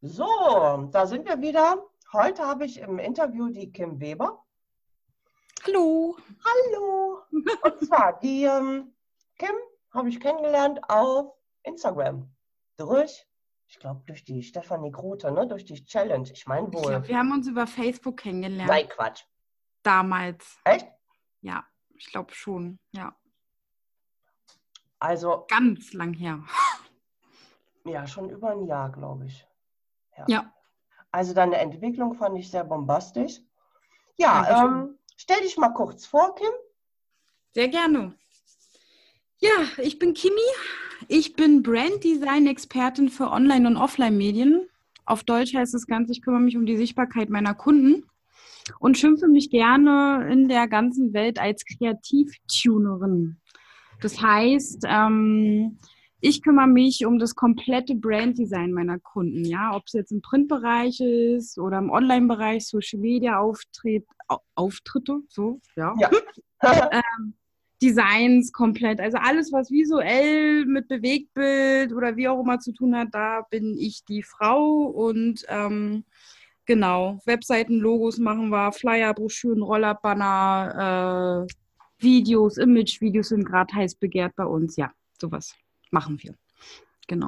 So, da sind wir wieder. Heute habe ich im Interview die Kim Weber. Hallo. Hallo. Und zwar, die Kim habe ich kennengelernt auf Instagram. Ich glaube, durch die Stefanie Grote, ne? Durch die Challenge. Ich meine Ich wohl. glaube, wir haben uns über Facebook kennengelernt. Nein, Quatsch. Damals. Echt? Ja, ich glaube schon, ja. Also. Ganz lang her. Ja, schon über ein Jahr, glaube ich. Ja. Also deine Entwicklung fand ich sehr bombastisch. Ja, stell dich mal kurz vor, Kim. Sehr gerne. Ja, ich bin Kimi. Ich bin Branddesign-Expertin für Online- und Offline-Medien. Auf Deutsch heißt das Ganze, ich kümmere mich um die Sichtbarkeit meiner Kunden und schimpfe mich gerne in der ganzen Welt als Kreativtunerin. Das heißt, ich kümmere mich um das komplette Branddesign meiner Kunden, ja, ob es jetzt im Printbereich ist oder im Online-Bereich, Social Media Auftritte, so, ja. Designs komplett, also alles, was visuell mit Bewegtbild oder wie auch immer zu tun hat, da bin ich die Frau und genau, Webseiten, Logos machen wir, Flyer, Broschüren, Roller-Banner, Videos, Image-Videos sind gerade heiß begehrt bei uns, ja, sowas machen wir, genau.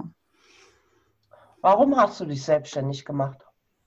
Warum hast du dich selbstständig gemacht?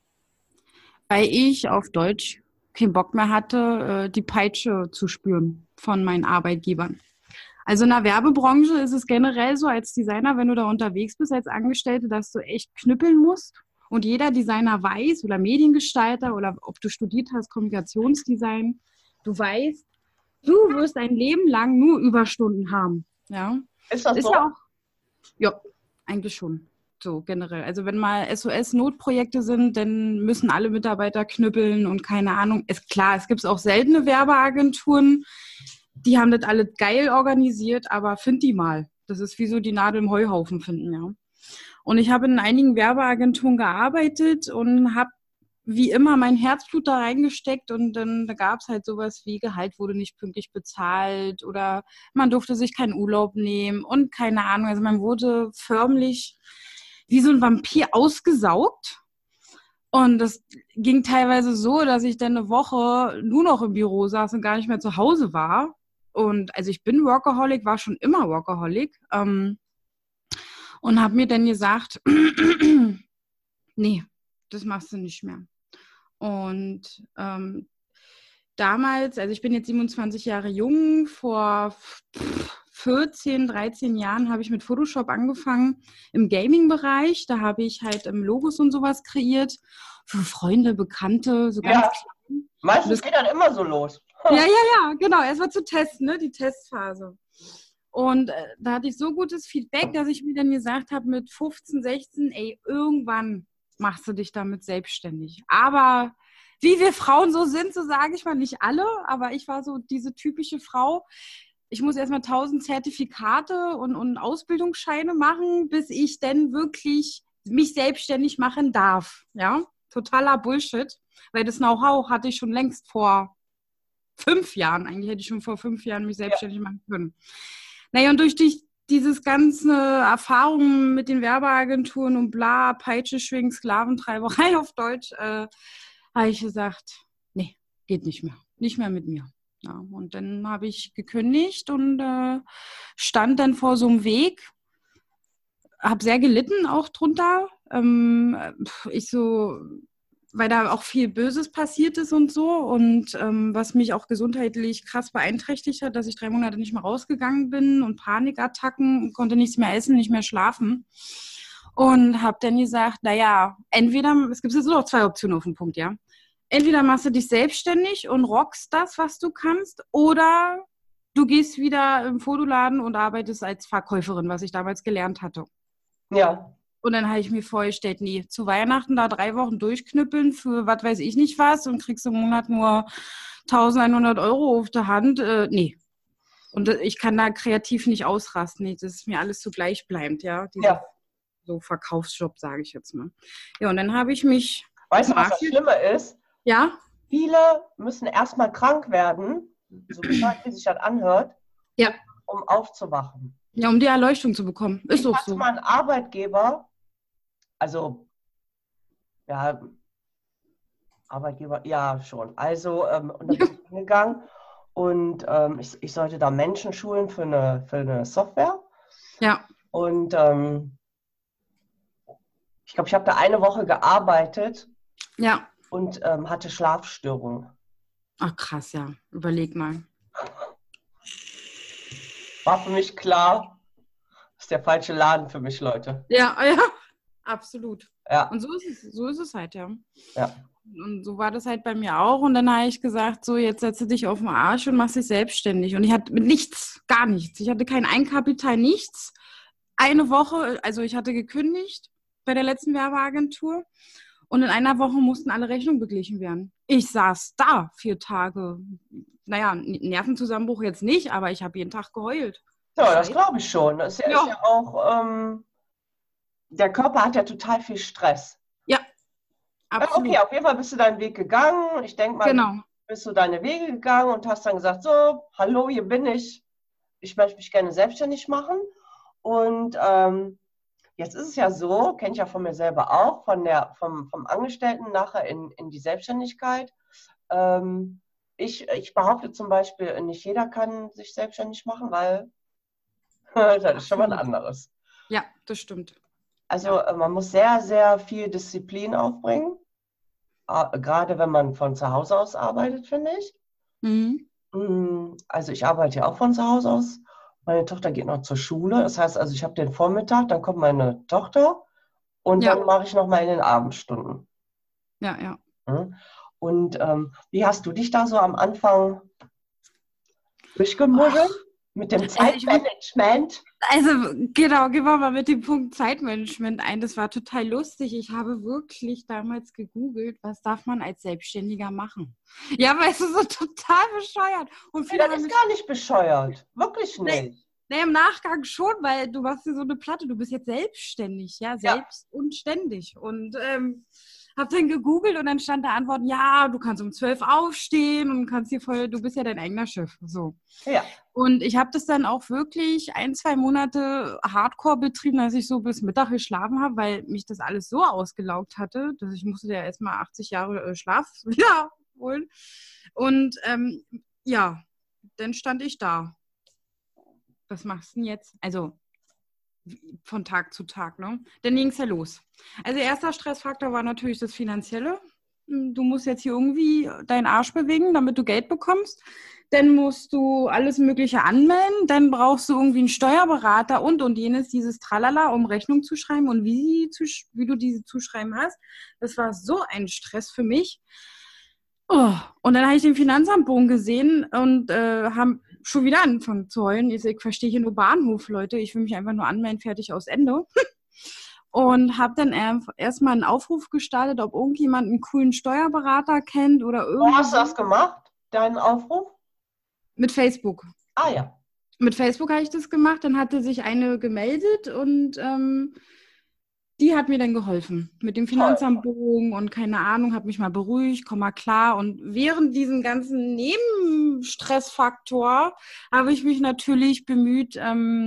Weil ich auf Deutsch keinen Bock mehr hatte, die Peitsche zu spüren von meinen Arbeitgebern. Also in der Werbebranche ist es generell so als Designer, wenn du da unterwegs bist als Angestellte, dass du echt knüppeln musst. Und jeder Designer weiß oder Mediengestalter oder ob du studiert hast, Kommunikationsdesign, du weißt, du wirst ein Leben lang nur Überstunden haben. Ja? Ist das so? Ja auch, ja, eigentlich schon. So generell. Also wenn mal SOS-Notprojekte sind, dann müssen alle Mitarbeiter knüppeln und keine Ahnung. Klar, es gibt auch seltene Werbeagenturen, die haben das alles geil organisiert, aber find die mal. Das ist wie so die Nadel im Heuhaufen finden, ja. Und ich habe in einigen Werbeagenturen gearbeitet und habe wie immer mein Herzblut da reingesteckt und dann da gab es halt sowas wie Gehalt wurde nicht pünktlich bezahlt oder man durfte sich keinen Urlaub nehmen und keine Ahnung. Also man wurde förmlich wie so ein Vampir ausgesaugt. Und das ging teilweise so, dass ich dann eine Woche nur noch im Büro saß und gar nicht mehr zu Hause war. Und also ich bin Workaholic, war schon immer Workaholic. Und habe mir dann gesagt, nee, das machst du nicht mehr. Und damals, also ich bin jetzt 27 Jahre jung, vor 14, 13 Jahren habe ich mit Photoshop angefangen im Gaming-Bereich. Da habe ich halt Logos und sowas kreiert für Freunde, Bekannte, so ganz klein. Meistens geht dann immer so los. Ja, genau. Erst mal zu testen, ne? Die Testphase. Und da hatte ich so gutes Feedback, dass ich mir dann gesagt habe, mit 15, 16, ey, irgendwann machst du dich damit selbstständig. Aber wie wir Frauen so sind, so sage ich mal, nicht alle, aber ich war so diese typische Frau. Ich muss erstmal 1000 Zertifikate und Ausbildungsscheine machen, bis ich dann wirklich mich selbstständig machen darf. Ja, totaler Bullshit, weil das Know-how hatte ich schon längst vor 5 Jahren. Eigentlich hätte ich schon vor 5 Jahren mich selbstständig machen können. Naja, und durch dieses ganze Erfahrungen mit den Werbeagenturen und bla, Peitsche schwingen, Sklaventreiberei auf Deutsch, habe ich gesagt, nee, geht nicht mehr. Nicht mehr mit mir. Ja, und dann habe ich gekündigt und stand dann vor so einem Weg, habe sehr gelitten auch drunter. Weil da auch viel Böses passiert ist und so und was mich auch gesundheitlich krass beeinträchtigt hat, dass ich 3 Monate nicht mehr rausgegangen bin und Panikattacken, konnte nichts mehr essen, nicht mehr schlafen und habe dann gesagt, naja, entweder, es gibt jetzt nur noch 2 Optionen auf den Punkt, ja. Entweder machst du dich selbstständig und rockst das, was du kannst, oder du gehst wieder im Fotoladen und arbeitest als Verkäuferin, was ich damals gelernt hatte. Ja. Und dann habe ich mir vorgestellt, nee, zu Weihnachten da 3 Wochen durchknüppeln für was weiß ich nicht was und kriegst im Monat nur 1100 Euro auf der Hand. Nee. Und ich kann da kreativ nicht ausrasten. Nee, das ist mir alles so gleichbleibend, ja. So Verkaufsjob, sage ich jetzt mal. Ja, und dann habe ich mich... Weißt du, was das Schlimme ist? Ja? Viele müssen erstmal krank werden, so bescheuert wie sich das anhört, ja, um aufzuwachen. Ja, um die Erleuchtung zu bekommen. Ist doch so. Ich hatte mal einen Arbeitgeber, also Ja, Arbeitgeber, ja, schon. Also, und dann bin ich hingegangen und ich sollte da Menschen schulen für eine Software. Ja. Und ich glaube, ich habe da eine Woche gearbeitet Ja. und hatte Schlafstörungen. Ach krass, ja. Überleg mal. War für mich klar, das ist der falsche Laden für mich, Leute. Ja, ja, absolut. Ja, Und so ist es halt, ja. ja. Und so war das halt bei mir auch. Und dann habe ich gesagt, so jetzt setze dich auf den Arsch und mach dich selbstständig. Und ich hatte mit nichts, gar nichts. Ich hatte kein Eigenkapital, nichts. Eine Woche, also ich hatte gekündigt bei der letzten Werbeagentur. Und in einer Woche mussten alle Rechnungen beglichen werden. Ich saß da 4 Tage. Naja, Nervenzusammenbruch jetzt nicht, aber ich habe jeden Tag geheult. Ja, das glaube ich schon. Das ist Ja. ja auch, der Körper hat ja total viel Stress. Ja, Ja, absolut. okay, auf jeden Fall bist du deinen Weg gegangen. Ich denke mal, Genau. bist du deine Wege gegangen und hast dann gesagt, so, hallo, hier bin ich. Ich möchte mich gerne selbstständig machen. Und jetzt ist es ja so, kenne ich ja von mir selber auch, vom Angestellten nachher in die Selbstständigkeit. Ich behaupte zum Beispiel, nicht jeder kann sich selbstständig machen, weil das ist schon mal ein anderes. Ja, das stimmt. Also man muss sehr, sehr viel Disziplin aufbringen, gerade wenn man von zu Hause aus arbeitet, finde ich. Also ich arbeite ja auch von zu Hause aus. Meine Tochter geht noch zur Schule. Das heißt, also ich habe den Vormittag, dann kommt meine Tochter und Ja. dann mache ich noch mal in den Abendstunden. Ja, ja. Und wie hast du dich da so am Anfang durchgemuggelt mit dem Zeitmanagement? Also genau, gehen wir mal mit dem Punkt Zeitmanagement ein. Das war total lustig. Ich habe wirklich damals gegoogelt, was darf man als Selbstständiger machen? Ja, weißt du, so total bescheuert. Und viele Das ist gar nicht bescheuert. Wirklich nicht. Nee, im Nachgang schon, weil du machst dir so eine Platte. Du bist jetzt selbstständig, ja, selbst und ständig. Und habe dann gegoogelt und dann stand da Antworten, ja, du kannst um 12 aufstehen und kannst hier voll, du bist ja dein eigener Chef. So. Ja. Und ich habe das dann auch wirklich 1-2 Monate Hardcore betrieben, dass ich so bis Mittag geschlafen habe, weil mich das alles so ausgelaugt hatte, dass ich musste ja erstmal 80 Jahre Schlaf wiederholen. Und ja, dann stand ich da. Was machst du denn jetzt? Also von Tag zu Tag, ne? Dann ging es ja los. Also erster Stressfaktor war natürlich das Finanzielle. Du musst jetzt hier irgendwie deinen Arsch bewegen, damit du Geld bekommst. Dann musst du alles Mögliche anmelden. Dann brauchst du irgendwie einen Steuerberater und jenes, dieses Tralala, um Rechnung zu schreiben und wie du diese zu schreiben hast. Das war so ein Stress für mich. Oh, und dann habe ich den Finanzamtbogen gesehen und haben schon wieder angefangen zu heulen. Ich verstehe hier nur Bahnhof, Leute. Ich will mich einfach nur anmelden, fertig, aus Ende. Und habe dann erstmal einen Aufruf gestartet, ob irgendjemand einen coolen Steuerberater kennt oder irgendwas. Wo hast du das gemacht, deinen Aufruf? Mit Facebook. Ah ja. Mit Facebook habe ich das gemacht. Dann hatte sich eine gemeldet und die hat mir dann geholfen mit dem Finanzamtbogen und keine Ahnung, hat mich mal beruhigt, komm mal klar. Und während diesem ganzen Nebenstressfaktor habe ich mich natürlich bemüht,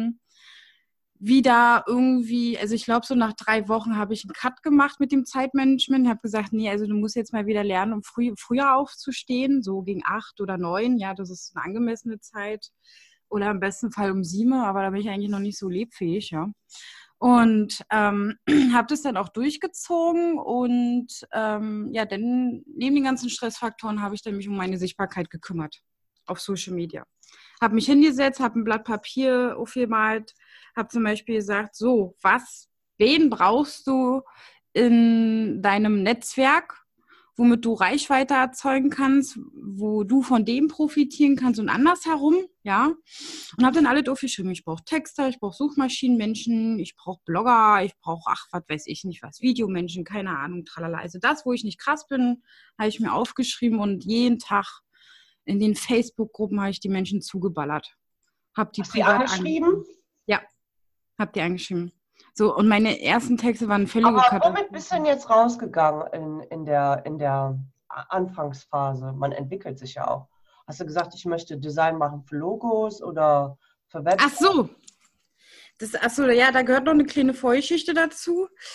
wieder irgendwie, also ich glaube so nach 3 Wochen habe ich einen Cut gemacht mit dem Zeitmanagement, habe gesagt, nee, also du musst jetzt mal wieder lernen, um früher aufzustehen, so gegen 8 oder 9, ja, das ist eine angemessene Zeit oder im besten Fall um 7, aber da bin ich eigentlich noch nicht so lebfähig, ja. Und habe das dann auch durchgezogen und ja, dann neben den ganzen Stressfaktoren habe ich dann mich um meine Sichtbarkeit gekümmert auf Social Media. Habe mich hingesetzt, habe ein Blatt Papier aufgemalt, habe zum Beispiel gesagt, so, wen brauchst du in deinem Netzwerk, womit du Reichweite erzeugen kannst, wo du von dem profitieren kannst und andersherum, ja. Und habe dann alle aufgeschrieben. Ich brauche Texter, ich brauche Suchmaschinenmenschen, ich brauche Blogger, ich brauche, was weiß ich nicht was, Videomenschen, keine Ahnung, tralala. Also das, wo ich nicht krass bin, habe ich mir aufgeschrieben und jeden Tag in den Facebook-Gruppen habe ich die Menschen zugeballert. Hast du die angeschrieben? Ja, habe die angeschrieben. So, und meine ersten Texte waren völlige Katastrophe. Aber womit bist du denn jetzt rausgegangen in der Anfangsphase? Man entwickelt sich ja auch. Hast du gesagt, ich möchte Design machen für Logos oder für Websites? Ach so, ja, da gehört noch eine kleine Vorgeschichte dazu.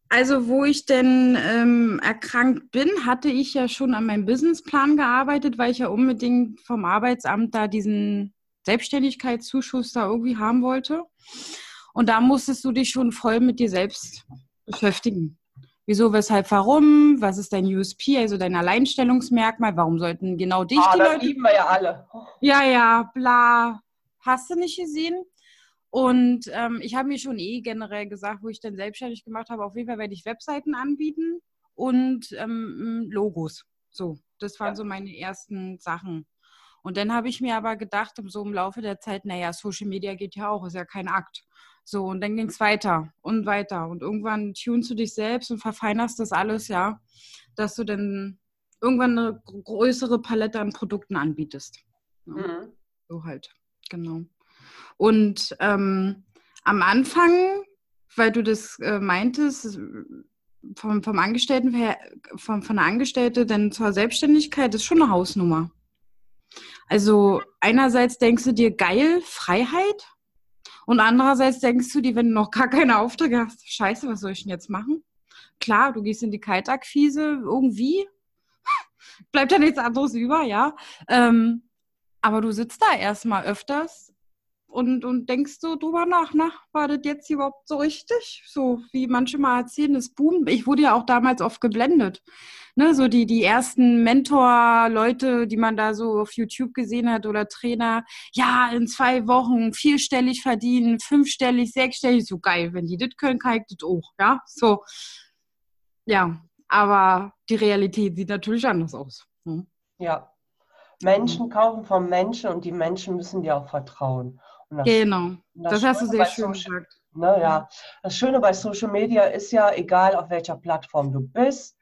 Also wo ich denn erkrankt bin, hatte ich ja schon an meinem Businessplan gearbeitet, weil ich ja unbedingt vom Arbeitsamt da diesen Selbstständigkeitszuschuss da irgendwie haben wollte. Und da musstest du dich schon voll mit dir selbst beschäftigen. Wieso, weshalb, warum? Was ist dein USP, also dein Alleinstellungsmerkmal? Warum sollten genau dich die Das Leute... lieben wir ja alle. Ja, ja, bla, hast du nicht gesehen? Und ich habe mir schon generell gesagt, wo ich dann selbstständig gemacht habe, auf jeden Fall werde ich Webseiten anbieten und Logos. So, das waren Ja. so meine ersten Sachen. Und dann habe ich mir aber gedacht, so im Laufe der Zeit, naja, Social Media geht ja auch, ist ja kein Akt. So, und dann ging es weiter und weiter. Und irgendwann tunst du dich selbst und verfeinerst das alles, ja, dass du dann irgendwann eine größere Palette an Produkten anbietest. Ja, Mhm. so halt, genau. Und am Anfang, weil du das meintest, vom Angestellten her, von der Angestellte dann zur Selbstständigkeit, ist schon eine Hausnummer. Also einerseits denkst du dir, geil, Freiheit. Und andererseits denkst du dir, wenn du noch gar keine Aufträge hast, scheiße, was soll ich denn jetzt machen? Klar, du gehst in die Kaltakquise, irgendwie bleibt ja nichts anderes über, ja. Aber du sitzt da erstmal öfters und denkst so drüber nach, war das jetzt überhaupt so richtig? So wie manche mal erzählen, das boomt. Ich wurde ja auch damals oft geblendet. Ne, so die ersten Mentor-Leute, die man da so auf YouTube gesehen hat oder Trainer, ja, in 2 Wochen 4-stellig verdienen, 5-stellig, 6-stellig, so geil. Wenn die das können, kann ich das auch, ja, so. Ja, aber die Realität sieht natürlich anders aus. Ne? Ja. Menschen kaufen vom Menschen und die Menschen müssen dir auch vertrauen. Und Genau, das das hast du Schöne sehr bei schön Social, gesagt. ne, ja, das Schöne bei Social Media ist ja, egal auf welcher Plattform du bist,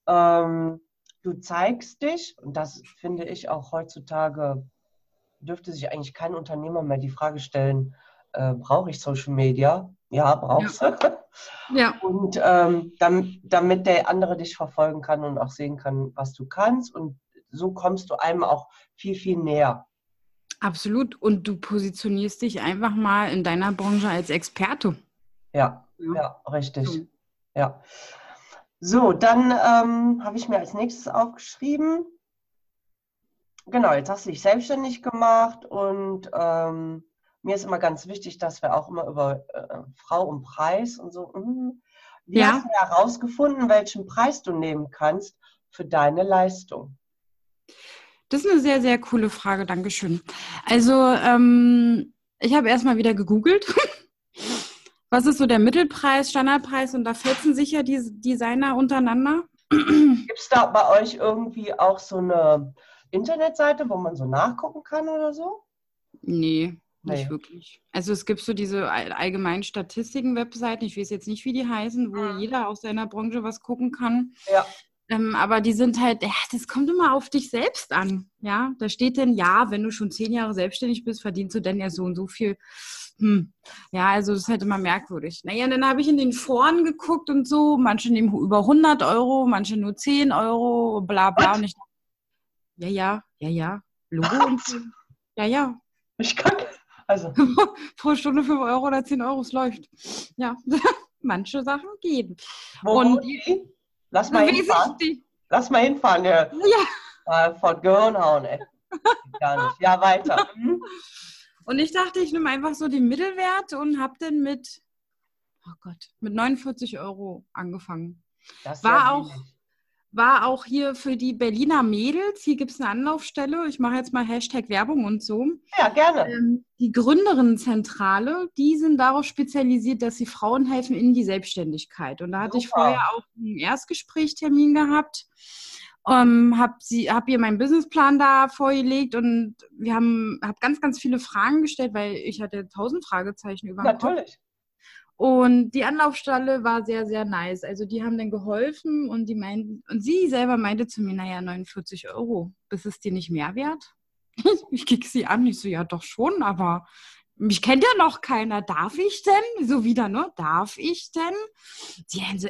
du zeigst dich, und das finde ich auch heutzutage, dürfte sich eigentlich kein Unternehmer mehr die Frage stellen, brauche ich Social Media? Ja, Ja, brauchst du. ja. Und damit der andere dich verfolgen kann und auch sehen kann, was du kannst. Und so kommst du einem auch viel, viel näher. Absolut. Und du positionierst dich einfach mal in deiner Branche als Experte. Ja, Ja. ja, richtig. So. Ja. So, dann habe ich mir als nächstes aufgeschrieben, genau, jetzt hast du dich selbstständig gemacht und mir ist immer ganz wichtig, dass wir auch immer über Frau und Preis und so. Wie hast Ja, du herausgefunden, welchen Preis du nehmen kannst für deine Leistung? das ist eine sehr, sehr coole Frage. Dankeschön. Also, ich habe erstmal wieder gegoogelt. Was ist so der Mittelpreis, Standardpreis? Und da fetzen sich ja die Designer untereinander. Gibt es da bei euch irgendwie auch so eine Internetseite, wo man so nachgucken kann oder so? Nee, nicht Nee. wirklich. Also es gibt so diese allgemeinen Statistiken-Webseiten, ich weiß jetzt nicht, wie die heißen, wo Mhm. jeder aus seiner Branche was gucken kann. Ja, Aber die sind halt, ja, das kommt immer auf dich selbst an. Ja, da steht denn, ja, wenn du schon 10 Jahre selbstständig bist, verdienst du denn ja so und so viel. Ja, also das ist halt immer merkwürdig. Naja, und dann habe ich in den Foren geguckt und so. Manche nehmen über 100 Euro, manche nur 10 Euro, bla bla. was? Und ich dachte, ja, Logo und so. Ja, ja. Ich kann, also, Pro Stunde 5 Euro oder 10 Euro, es läuft. Ja, manche Sachen gehen. wo Und wohnt die? Lass mal weiß ich hinfahren. nicht. Lass mal hinfahren, ja. Ja. Von Gehirnhauen, ey. Gar nicht. Ja, weiter. Und ich dachte, ich nehme einfach so den Mittelwert und habe dann mit 49 Euro angefangen. Das ist ja wenig. War auch hier für die Berliner Mädels, hier gibt es eine Anlaufstelle, ich mache jetzt mal Hashtag Werbung und so. Ja, gerne. Die Gründerinnenzentrale, die sind darauf spezialisiert, dass sie Frauen helfen in die Selbstständigkeit. Und da hatte ich vorher Super. auch einen Erstgesprächstermin gehabt, hab ihr meinen Businessplan da vorgelegt und habe ganz, ganz viele Fragen gestellt, weil ich hatte 1000 Fragezeichen über dem Kopf. Natürlich. Und die Anlaufstelle war sehr, sehr nice. Also die haben dann geholfen und sie selber meinte zu mir, naja, 49 Euro, ist es dir nicht mehr wert? Ich kick sie an, ich so, ja doch schon, aber mich kennt ja noch keiner. Darf ich denn? So wieder, ne? Darf ich denn? Die haben so,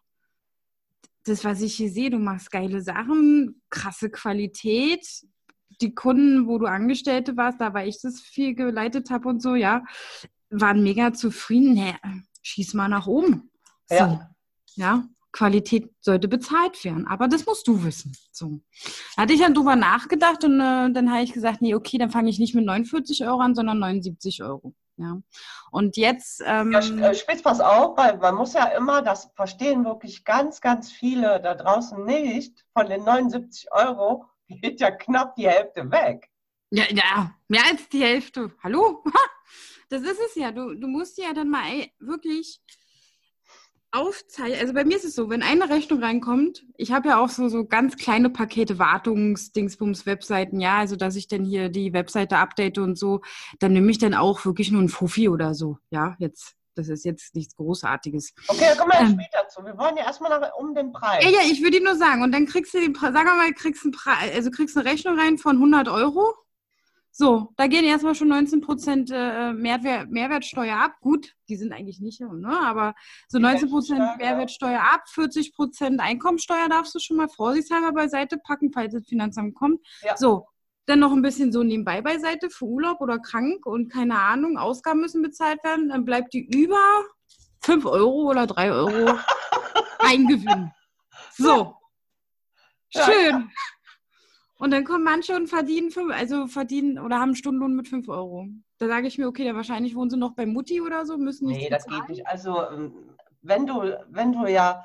das, was ich hier sehe, du machst geile Sachen, krasse Qualität. Die Kunden, wo du Angestellte warst, da war ich das viel geleitet habe und so, ja, waren mega zufrieden. Schieß mal nach oben. So. Ja. Ja, Qualität sollte bezahlt werden, aber das musst du wissen. So. Da hatte ich dann drüber nachgedacht und dann habe ich gesagt, nee, okay, dann fange ich nicht mit 49 Euro an, sondern 79 Euro. Ja. Und jetzt... Ja, spitz pass auf, weil man muss ja immer, das verstehen wirklich ganz, ganz viele da draußen nicht, von den 79 Euro geht ja knapp die Hälfte weg. ja, mehr als die Hälfte. Hallo? Das ist es ja. Du musst ja dann mal wirklich aufzeichnen. Also bei mir ist es so, wenn eine Rechnung reinkommt, ich habe ja auch so ganz kleine Pakete, Wartungsdingsbums, Webseiten, ja, also dass ich dann hier die Webseite update und so, dann nehme ich dann auch wirklich nur einen Fuffi oder so. Ja, das ist jetzt nichts Großartiges. Okay, da kommen wir ja später zu. Wir wollen ja erstmal um den Preis. Ja, ich würde dir nur sagen, und dann kriegst du sagen wir mal, kriegst eine Rechnung rein von 100 Euro. So, da gehen erstmal schon 19% Mehrwertsteuer ab. Gut, die sind eigentlich nicht, ne? Aber so 19% Mehrwertsteuer ab, 40% Einkommensteuer darfst du schon mal vorsichtshalber beiseite packen, falls das Finanzamt kommt. Ja. So, dann noch ein bisschen so nebenbei beiseite für Urlaub oder krank und keine Ahnung, Ausgaben müssen bezahlt werden. Dann bleibt die über 5 Euro oder 3 Euro Eingewinn. So, schön. Ja. Und dann kommen manche und verdienen oder haben einen Stundenlohn mit 5 Euro. Da sage ich mir, okay, wahrscheinlich wohnen sie noch bei Mutti oder so, müssen nichts bezahlen. Das geht nicht. Also wenn du ja,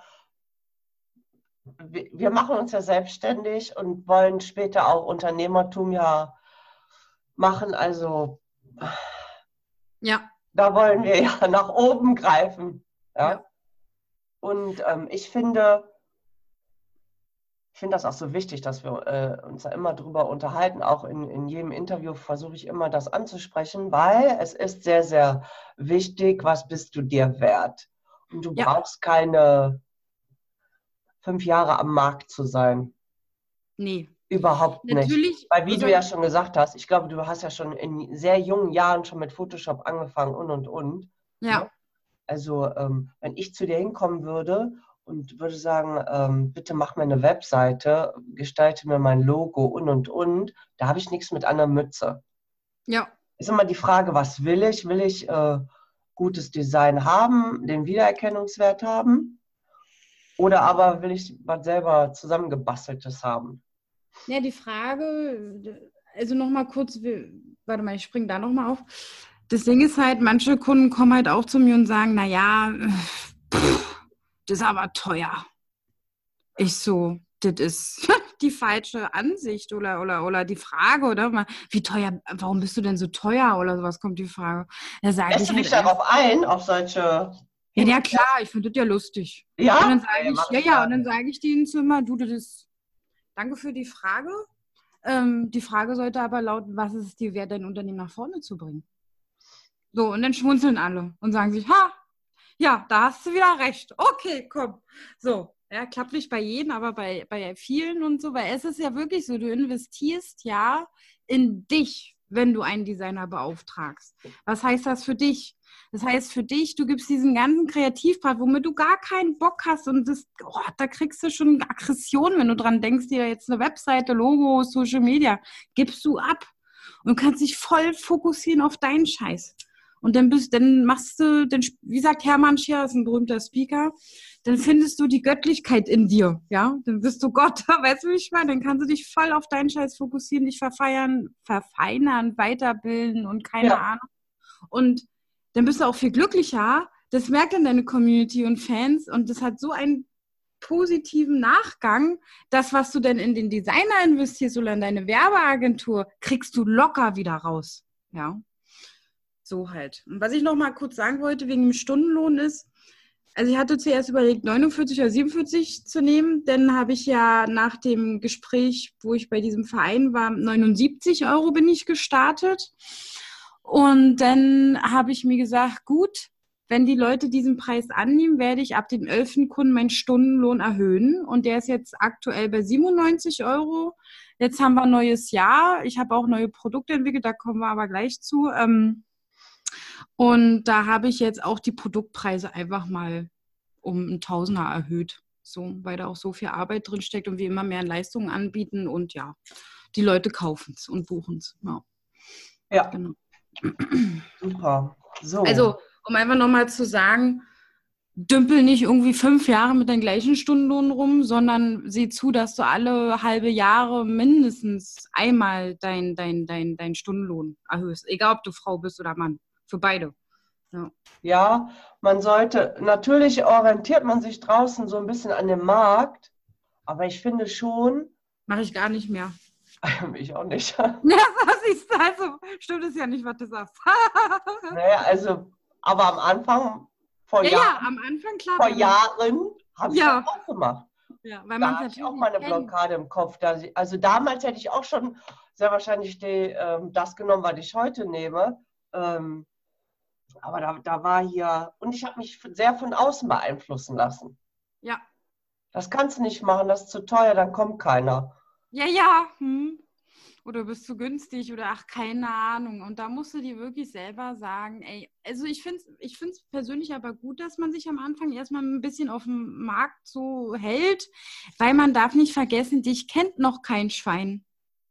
wir machen uns ja selbstständig und wollen später auch Unternehmertum ja machen, also ja, da wollen wir ja nach oben greifen. Ja? Und ich finde das auch so wichtig, dass wir uns da immer drüber unterhalten. Auch in jedem Interview versuche ich immer das anzusprechen, weil es ist sehr, sehr wichtig, was bist du dir wert. Und du brauchst keine 5 Jahre am Markt zu sein. Nee. Überhaupt nicht. Weil wie du ja schon gesagt hast, ich glaube, du hast ja schon in sehr jungen Jahren schon mit Photoshop angefangen und. Ja. Also wenn ich zu dir hinkommen würde und würde sagen, bitte mach mir eine Webseite, gestalte mir mein Logo und. Da habe ich nichts mit einer Mütze. Ja. Ist immer die Frage, was will ich? Will ich gutes Design haben, den Wiedererkennungswert haben? Oder aber will ich was selber zusammengebasteltes haben? Ja, die Frage, also nochmal kurz, warte mal, ich springe da nochmal auf. Das Ding ist halt, manche Kunden kommen halt auch zu mir und sagen, naja, das ist aber teuer. Ich so, das ist die falsche Ansicht oder die Frage, oder? Wie teuer, warum bist du denn so teuer oder sowas, kommt die Frage. Da sage Lässt du dich darauf ein, auf solche... Ja, klar, ich finde das ja lustig. Ja? Und dann sage und dann sage ich denen zu immer, du, das ist, danke für die Frage. Die Frage sollte aber lauten, was ist es dir wert, dein Unternehmen nach vorne zu bringen? So, und dann schmunzeln alle und sagen sich, ja, da hast du wieder recht. Okay, komm. So, ja, klappt nicht bei jedem, aber bei vielen und so, weil es ist ja wirklich so, du investierst ja in dich, wenn du einen Designer beauftragst. Was heißt das für dich? Das heißt für dich, du gibst diesen ganzen Kreativpart, womit du gar keinen Bock hast und da kriegst du schon Aggression, wenn du dran denkst, dir jetzt eine Webseite, Logo, Social Media, gibst du ab und kannst dich voll fokussieren auf deinen Scheiß. Und dann machst du, wie sagt Hermann Scher, ist ein berühmter Speaker, dann findest du die Göttlichkeit in dir, ja, dann bist du Gott, weißt du, wie ich meine? Dann kannst du dich voll auf deinen Scheiß fokussieren, dich verfeinern, weiterbilden und keine Ahnung. Und dann bist du auch viel glücklicher, das merkt dann deine Community und Fans und das hat so einen positiven Nachgang, das, was du denn in den Designer investierst oder in deine Werbeagentur, kriegst du locker wieder raus, ja. So halt. Und was ich noch mal kurz sagen wollte wegen dem Stundenlohn ist, also ich hatte zuerst überlegt, 49 oder 47 zu nehmen, dann habe ich ja nach dem Gespräch, wo ich bei diesem Verein war, 79 Euro bin ich gestartet. Und dann habe ich mir gesagt, gut, wenn die Leute diesen Preis annehmen, werde ich ab dem 11. Kunden meinen Stundenlohn erhöhen. Und der ist jetzt aktuell bei 97 Euro. Jetzt haben wir ein neues Jahr. Ich habe auch neue Produkte entwickelt, da kommen wir aber gleich zu. Und da habe ich jetzt auch die Produktpreise einfach mal um einen Tausender erhöht. So, weil da auch so viel Arbeit drin steckt und wir immer mehr Leistungen anbieten. Und ja, die Leute kaufen es und buchen es. Ja. Genau. Super. So. Also, um einfach nochmal zu sagen, dümpel nicht irgendwie 5 Jahre mit deinem gleichen Stundenlohn rum, sondern sieh zu, dass du alle halbe Jahre mindestens einmal dein Stundenlohn erhöhst. Egal, ob du Frau bist oder Mann. Für beide. Ja. Ja, man sollte, natürlich orientiert man sich draußen so ein bisschen an dem Markt, aber ich finde schon, Mache ich gar nicht mehr. ich auch nicht. Ja, das siehst du, also stimmt es ja nicht, was du sagst. Naja, also, aber am Anfang, vor Ja, am Anfang klar. vor Jahren, habe ich Ja. das auch gemacht. Ja, weil Da man es hatte ich natürlich auch mal eine nicht kennt. Blockade im Kopf. Also damals hätte ich auch schon sehr wahrscheinlich das genommen, was ich heute nehme. Aber da war hier, und ich habe mich sehr von außen beeinflussen lassen. Ja. Das kannst du nicht machen, das ist zu teuer, dann kommt keiner. Ja. Oder bist du günstig oder ach, keine Ahnung. Und da musst du dir wirklich selber sagen, ey, also ich find's persönlich aber gut, dass man sich am Anfang erstmal ein bisschen auf dem Markt so hält, weil man darf nicht vergessen, dich kennt noch kein Schwein.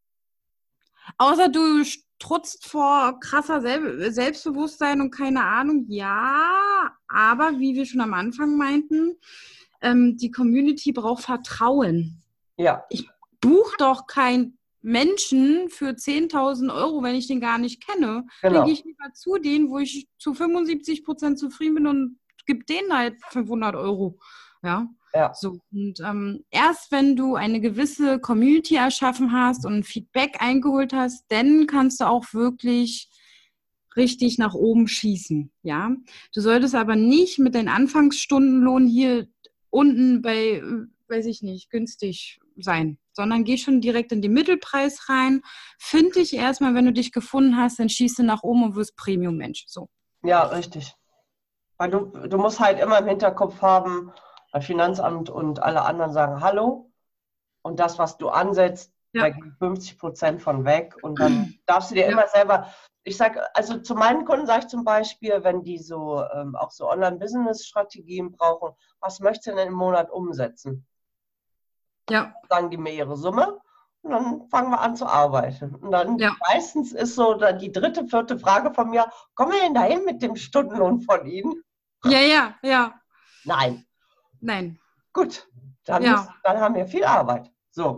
Außer du strutzt vor krasser Selbstbewusstsein und keine Ahnung, ja, aber wie wir schon am Anfang meinten, die Community braucht Vertrauen. Ja, Ich buche doch keinen Menschen für 10.000 Euro, wenn ich den gar nicht kenne. Dann genau. gehe ich lieber zu denen, wo ich zu 75% zufrieden bin und gebe denen halt 500 Euro. Ja, Ja, so. Und erst wenn du eine gewisse Community erschaffen hast und Feedback eingeholt hast, dann kannst du auch wirklich richtig nach oben schießen. Ja, du solltest aber nicht mit deinem Anfangsstundenlohn hier unten bei, weiß ich nicht, günstig sein, sondern geh schon direkt in den Mittelpreis rein. Find dich erstmal, wenn du dich gefunden hast, dann schießt du nach oben und wirst Premium-Mensch. So. ja, richtig. Weil du musst halt immer im Hinterkopf haben, das Finanzamt und alle anderen sagen Hallo und das, was du ansetzt, Ja. da gehen 50% von weg und dann darfst du dir Ja. immer selber, ich sage, also zu meinen Kunden sage ich zum Beispiel, wenn die so auch so Online-Business-Strategien brauchen, was möchtest du denn im Monat umsetzen? Ja. Sagen die mir ihre Summe und dann fangen wir an zu arbeiten. Und dann Ja. meistens ist so dann die dritte, vierte Frage von mir, kommen wir denn dahin mit dem Stundenlohn von Ihnen? Ja. Nein. Nein. Gut, dann, Ja. dann haben wir viel Arbeit. So.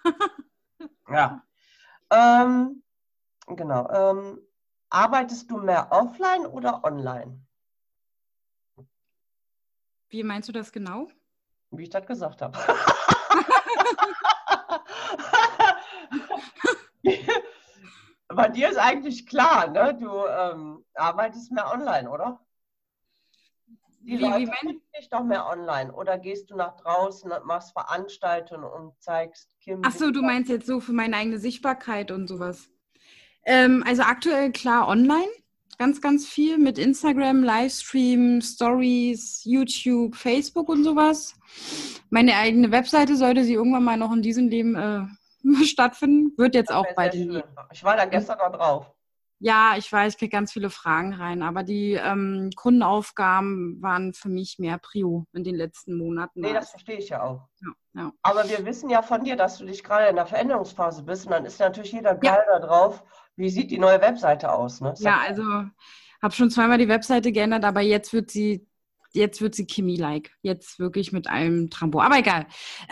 Ja. Genau. Arbeitest du mehr offline oder online? Wie meinst du das genau? Wie ich das gesagt habe. Bei dir ist eigentlich klar, ne? Du arbeitest mehr online, oder? Die Leute finden dich doch mehr online. Oder gehst du nach draußen und machst Veranstaltungen und zeigst Kim. Ach so, du meinst jetzt so für meine eigene Sichtbarkeit und sowas. Also aktuell klar online. Ganz, ganz viel mit Instagram, Livestream, Stories, YouTube, Facebook und sowas. Meine eigene Webseite sollte sie irgendwann mal noch in diesem Leben stattfinden. Wird jetzt auch bald. Ich war da gestern noch drauf. Ja, ich weiß, ich kriege ganz viele Fragen rein, aber die Kundenaufgaben waren für mich mehr Prio in den letzten Monaten. Nee, das verstehe ich ja auch. Ja. Aber wir wissen ja von dir, dass du dich gerade in der Veränderungsphase bist und dann ist natürlich jeder geil da drauf. Wie sieht die neue Webseite aus? Ne? Ja, also habe schon zweimal die Webseite geändert, aber jetzt wird sie Kimi-like. Jetzt wirklich mit allem Trampo. Aber egal.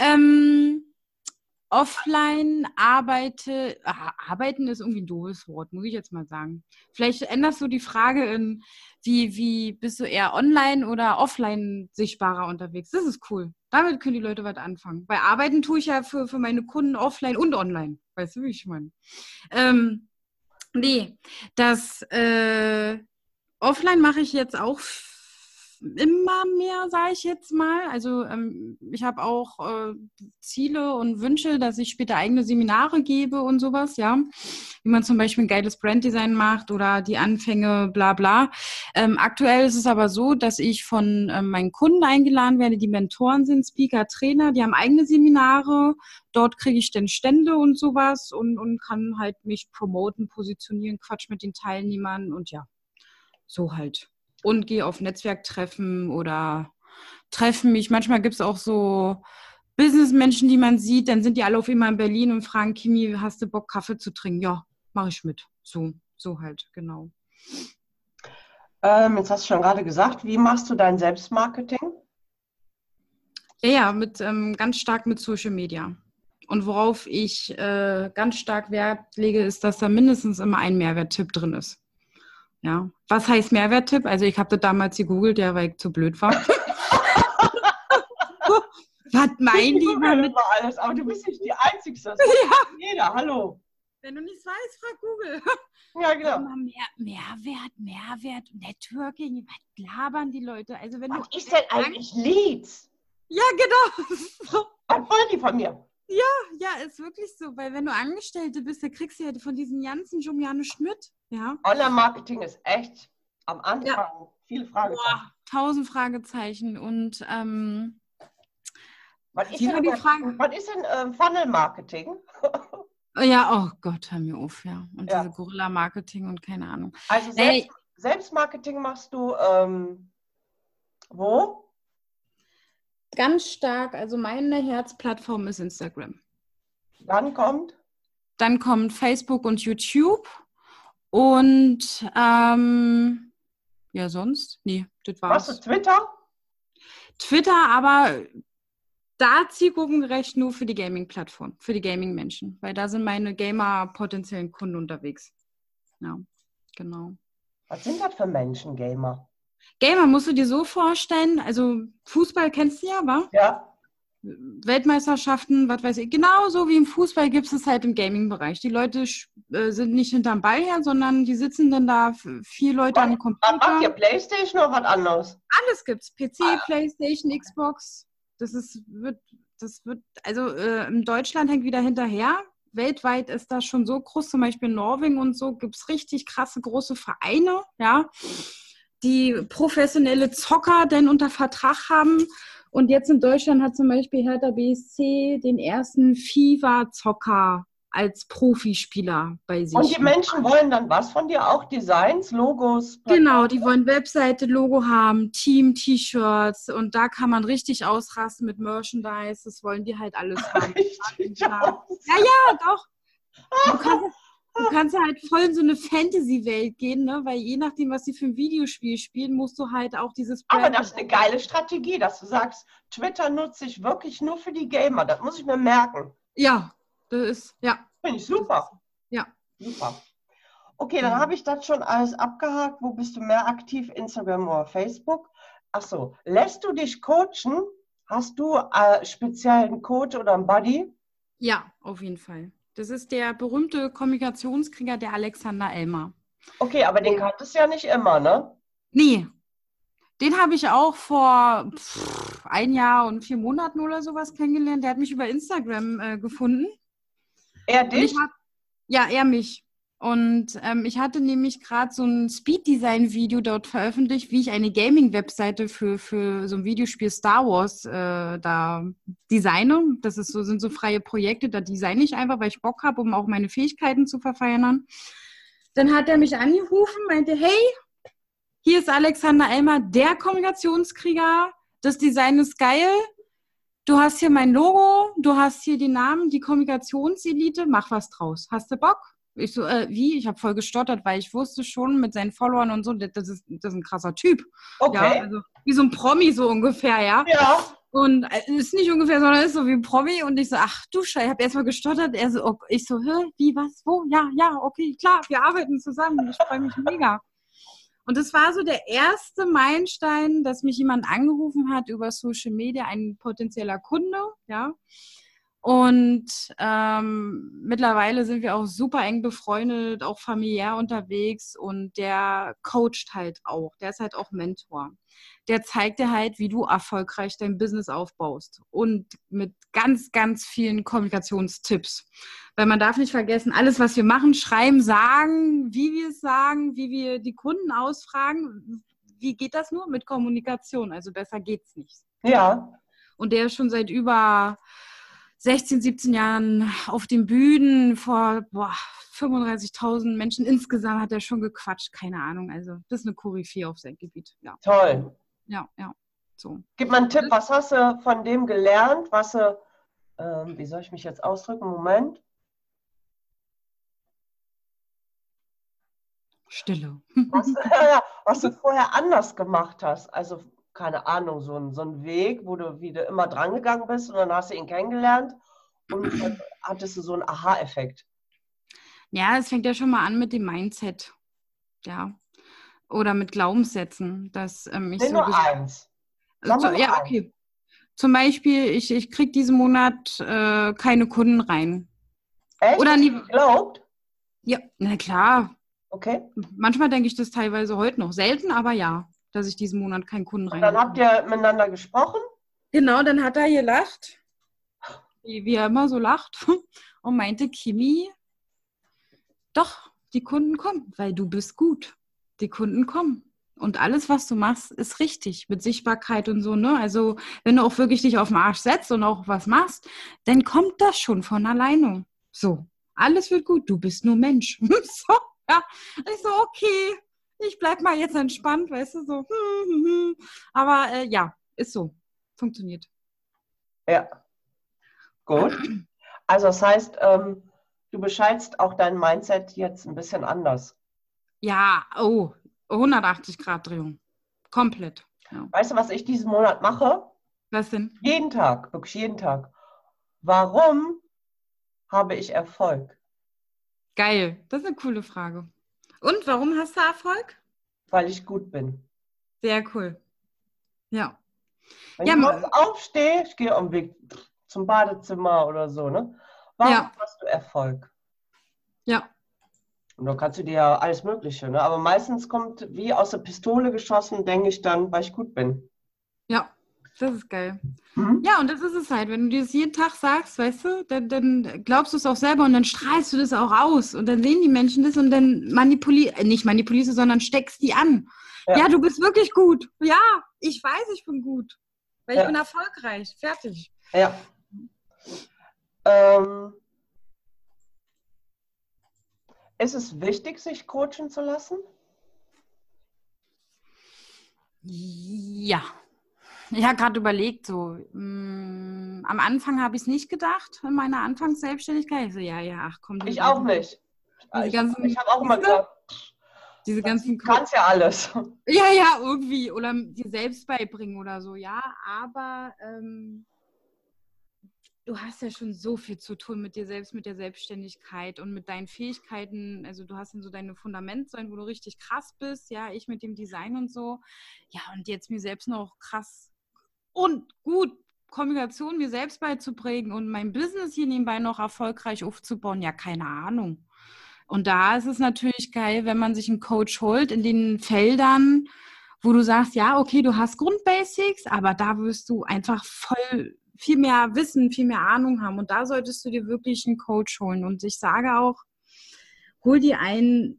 Offline arbeiten ist irgendwie ein doofes Wort, muss ich jetzt mal sagen. Vielleicht änderst du die Frage in, wie bist du eher online oder offline sichtbarer unterwegs? Das ist cool. Damit können die Leute was anfangen. Weil arbeiten tue ich ja für meine Kunden offline und online. Weißt du, wie ich meine? Nee, das offline mache ich jetzt auch immer mehr, sage ich jetzt mal. Also ich habe auch Ziele und Wünsche, dass ich später eigene Seminare gebe und sowas, ja. Wie man zum Beispiel ein geiles Branddesign macht oder die Anfänge, bla bla. Aktuell ist es aber so, dass ich von meinen Kunden eingeladen werde, die Mentoren sind, Speaker, Trainer, die haben eigene Seminare. Dort kriege ich dann Stände und sowas und kann halt mich promoten, positionieren, Quatsch mit den Teilnehmern und ja, so halt. Und gehe auf Netzwerktreffen oder treffen mich. Manchmal gibt es auch so Businessmenschen, die man sieht, dann sind die alle auf einmal in Berlin und fragen, Kimi, hast du Bock, Kaffee zu trinken? Ja, mache ich mit. So halt, genau. Jetzt hast du schon gerade gesagt, wie machst du dein Selbstmarketing? Ja, ganz stark mit Social Media. Und worauf ich ganz stark Wert lege, ist, dass da mindestens immer ein Mehrwerttipp drin ist. Ja. Was heißt Mehrwerttipp? Also ich habe das damals gegoogelt, ja, weil ich zu blöd war. Was meinen die damit? Alles, aber du bist nicht die Einzige. Das macht jeder. Hallo. Wenn du nichts weißt, frag Google. Ja, genau. Mehrwert, Networking, was labern die Leute? Also wenn was ist denn eigentlich Leads? Ja, genau. Was wollen die von mir? Ja, ist wirklich so, weil wenn du Angestellte bist, dann kriegst du ja von diesen ganzen Jumjane Schmidt, ja. Online-Marketing ist echt am Anfang viele Fragezeichen. 1000 Fragezeichen und was ist denn Funnel-Marketing? Ja, oh Gott, hör mir auf, ja. Und diese Gorilla-Marketing und keine Ahnung. Also Selbstmarketing machst du wo? Ganz stark, also meine Herzplattform ist Instagram. Dann kommt Facebook und YouTube und ja, sonst? Nee, das war's. Machst du Twitter? Twitter, aber da zielgruppengerecht nur für die Gaming-Plattform, für die Gaming-Menschen, weil da sind meine Gamer-potenziellen Kunden unterwegs. Ja, genau. Was sind das für Menschen, Gamer? Gamer musst du dir so vorstellen, also Fußball kennst du ja, wa? Ja. Weltmeisterschaften, was weiß ich, genauso wie im Fußball gibt es halt im Gaming-Bereich. Die Leute sind nicht hinterm Ball her, sondern die sitzen dann da, 4 Leute am Computer. Macht ihr Playstation oder was anderes? Alles gibt's, PC, Playstation, Xbox. Also in Deutschland hängt wieder hinterher. Weltweit ist das schon so groß, zum Beispiel in Norwegen und so, gibt es richtig krasse, große Vereine, ja, die professionelle Zocker denn unter Vertrag haben. Und jetzt in Deutschland hat zum Beispiel Hertha BSC den ersten FIFA-Zocker als Profispieler bei sich. Und die Menschen wollen dann was von dir? Auch Designs, Logos? Genau, die wollen Webseite, Logo haben, Team, T-Shirts und da kann man richtig ausrasten mit Merchandise. Das wollen die halt alles haben. Ja, doch. Du kannst halt voll in so eine Fantasy-Welt gehen, ne? Weil je nachdem, was sie für ein Videospiel spielen, musst du halt auch dieses Brand. Aber das ist eine geile Strategie, dass du sagst, Twitter nutze ich wirklich nur für die Gamer. Das muss ich mir merken. Ja, das ist, ja. Finde ich super. Ja. Super. Okay, dann habe ich das schon alles abgehakt. Wo bist du mehr aktiv? Instagram oder Facebook? Achso, lässt du dich coachen? Hast du speziell einen Coach oder einen Buddy? Ja, auf jeden Fall. Das ist der berühmte Kommunikationskrieger, der Alexander Elmer. Okay, aber den kanntest du ja nicht immer, ne? Nee. Den habe ich auch vor 1 Jahr und 4 Monaten oder sowas kennengelernt. Der hat mich über Instagram gefunden. Er dich? Ja, er mich. Und ich hatte nämlich gerade so ein Speed-Design-Video dort veröffentlicht, wie ich eine Gaming-Webseite für so ein Videospiel Star Wars da designe. Das ist sind so freie Projekte, da designe ich einfach, weil ich Bock habe, um auch meine Fähigkeiten zu verfeinern. Dann hat er mich angerufen, meinte, hey, hier ist Alexander Elmer, der Kommunikationskrieger. Das Design ist geil. Du hast hier mein Logo, du hast hier die Namen, die Kommunikationselite, mach was draus. Hast du Bock? Ich so, wie? Ich habe voll gestottert, weil ich wusste schon mit seinen Followern und so, das ist ein krasser Typ. Okay. Ja, also wie so ein Promi so ungefähr, ja. Ja. Und ist nicht ungefähr, sondern ist so wie ein Promi. Und ich so, ach du Scheiße, ich habe erstmal gestottert. Er so, ich so, wie, was, wo? Ja, okay, klar, wir arbeiten zusammen. Ich freue mich mega. Und das war so der erste Meilenstein, dass mich jemand angerufen hat über Social Media, ein potenzieller Kunde, ja. Und mittlerweile sind wir auch super eng befreundet, auch familiär unterwegs und der coacht halt auch, der ist halt auch Mentor. Der zeigt dir halt, wie du erfolgreich dein Business aufbaust und mit ganz, ganz vielen Kommunikationstipps. Weil man darf nicht vergessen, alles, was wir machen, schreiben, sagen, wie wir es sagen, wie wir die Kunden ausfragen, wie geht das nur? Mit Kommunikation, also besser geht's nicht. Ja. Und der ist schon seit über 16, 17 Jahren auf den Bühnen vor 35.000 Menschen insgesamt hat er schon gequatscht, keine Ahnung. Also das ist eine Koryphäe auf sein Gebiet. Ja. Toll. Ja. So. Gib mal einen Tipp, was hast du von dem gelernt? Was du, wie soll ich mich jetzt ausdrücken? Moment. Stille. Was du vorher anders gemacht hast. Also, keine Ahnung, so ein Weg, wo du wieder immer dran gegangen bist und dann hast du ihn kennengelernt und dann hattest du so einen Aha-Effekt. Ja, es fängt ja schon mal an mit dem Mindset. Ja. Oder mit Glaubenssätzen, dass ich Nee, so nur gesagt eins. Sag mal nur ja, eins. okay. Zum Beispiel, ich kriege diesen Monat keine Kunden rein. Echt? Oder Hast nie. du geglaubt? Ja, na klar. Okay. Manchmal denke ich das teilweise heute noch. Selten, aber ja, dass ich diesen Monat keinen Kunden Und dann habt reinbekomme. ihr miteinander gesprochen? Genau, dann hat er gelacht, wie er immer so lacht, und meinte, Kimi, doch, die Kunden kommen, weil du bist gut. Die Kunden kommen. Und alles, was du machst, ist richtig. Mit Sichtbarkeit und so, ne? Also, wenn du auch wirklich dich auf den Arsch setzt und auch was machst, dann kommt das schon von alleine. So, alles wird gut. Du bist nur Mensch. So, ja. Ich so, okay, ich bleib mal jetzt entspannt, weißt du, so. Aber ja, ist so. Funktioniert. Ja. Gut. Also, das heißt, du beschallst auch dein Mindset jetzt ein bisschen anders. Ja, oh, 180 Grad Drehung. Komplett. Ja. Weißt du, was ich diesen Monat mache? Was denn? Jeden Tag, wirklich jeden Tag. Warum habe ich Erfolg? Geil, das ist eine coole Frage. Und warum hast du Erfolg? Weil ich gut bin. Sehr cool. Ja. Wenn Ja, ich morgens aufstehe, ich gehe auf den Weg zum Badezimmer oder so, ne? Warum ja, hast du Erfolg? ja. Und dann kannst du dir ja alles Mögliche, ne? Aber meistens kommt wie aus der Pistole geschossen, denke ich dann, weil ich gut bin. Ja, das ist geil. Mhm. Ja, und das ist es halt. Wenn du dir das jeden Tag sagst, weißt du, dann glaubst du es auch selber und dann strahlst du das auch aus. Und dann sehen die Menschen das und dann nicht manipulierst du, sondern steckst die an. Ja. Ja, du bist wirklich gut. Ja, ich weiß, ich bin gut. Weil ich Ja. bin erfolgreich. Fertig. Ja. Ist es wichtig, sich coachen zu lassen? Ja. Ich habe gerade überlegt, so am Anfang habe ich es nicht gedacht, in meiner Anfangsselbstständigkeit. Ich so, ja, ach komm. Ich auch nicht. Ich habe auch immer gedacht, diese ganzen du kannst ja alles. Ja, irgendwie. Oder dir selbst beibringen oder so, ja. Aber du hast ja schon so viel zu tun mit dir selbst, mit der Selbstständigkeit und mit deinen Fähigkeiten. Also du hast dann so deine Fundamentsäulen, wo du richtig krass bist. Ja, ich mit dem Design und so. Ja, und jetzt mir selbst noch krass und gut Kommunikation mir selbst beizubringen und mein Business hier nebenbei noch erfolgreich aufzubauen. Ja, keine Ahnung. Und da ist es natürlich geil, wenn man sich einen Coach holt in den Feldern, wo du sagst, ja, okay, du hast Grundbasics, aber da wirst du einfach voll viel mehr Wissen, viel mehr Ahnung haben. Und da solltest du dir wirklich einen Coach holen. Und ich sage auch, hol dir ein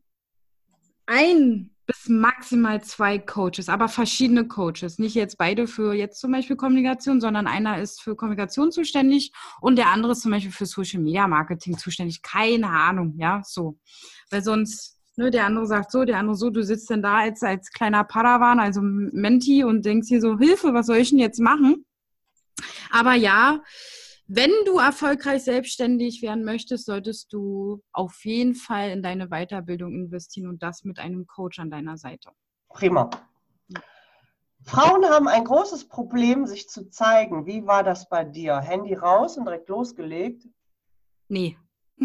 bis maximal 2 Coaches, aber verschiedene Coaches. Nicht jetzt beide für jetzt zum Beispiel Kommunikation, sondern einer ist für Kommunikation zuständig und der andere ist zum Beispiel für Social Media Marketing zuständig. Keine Ahnung, ja, so. Weil sonst, ne, der andere sagt so, der andere so, du sitzt dann da als kleiner Padawan, also Menti und denkst hier so, Hilfe, was soll ich denn jetzt machen? Aber ja, wenn du erfolgreich selbstständig werden möchtest, solltest du auf jeden Fall in deine Weiterbildung investieren und das mit einem Coach an deiner Seite. Prima. Frauen haben ein großes Problem, sich zu zeigen. Wie war das bei dir? Handy raus und direkt losgelegt? Nee.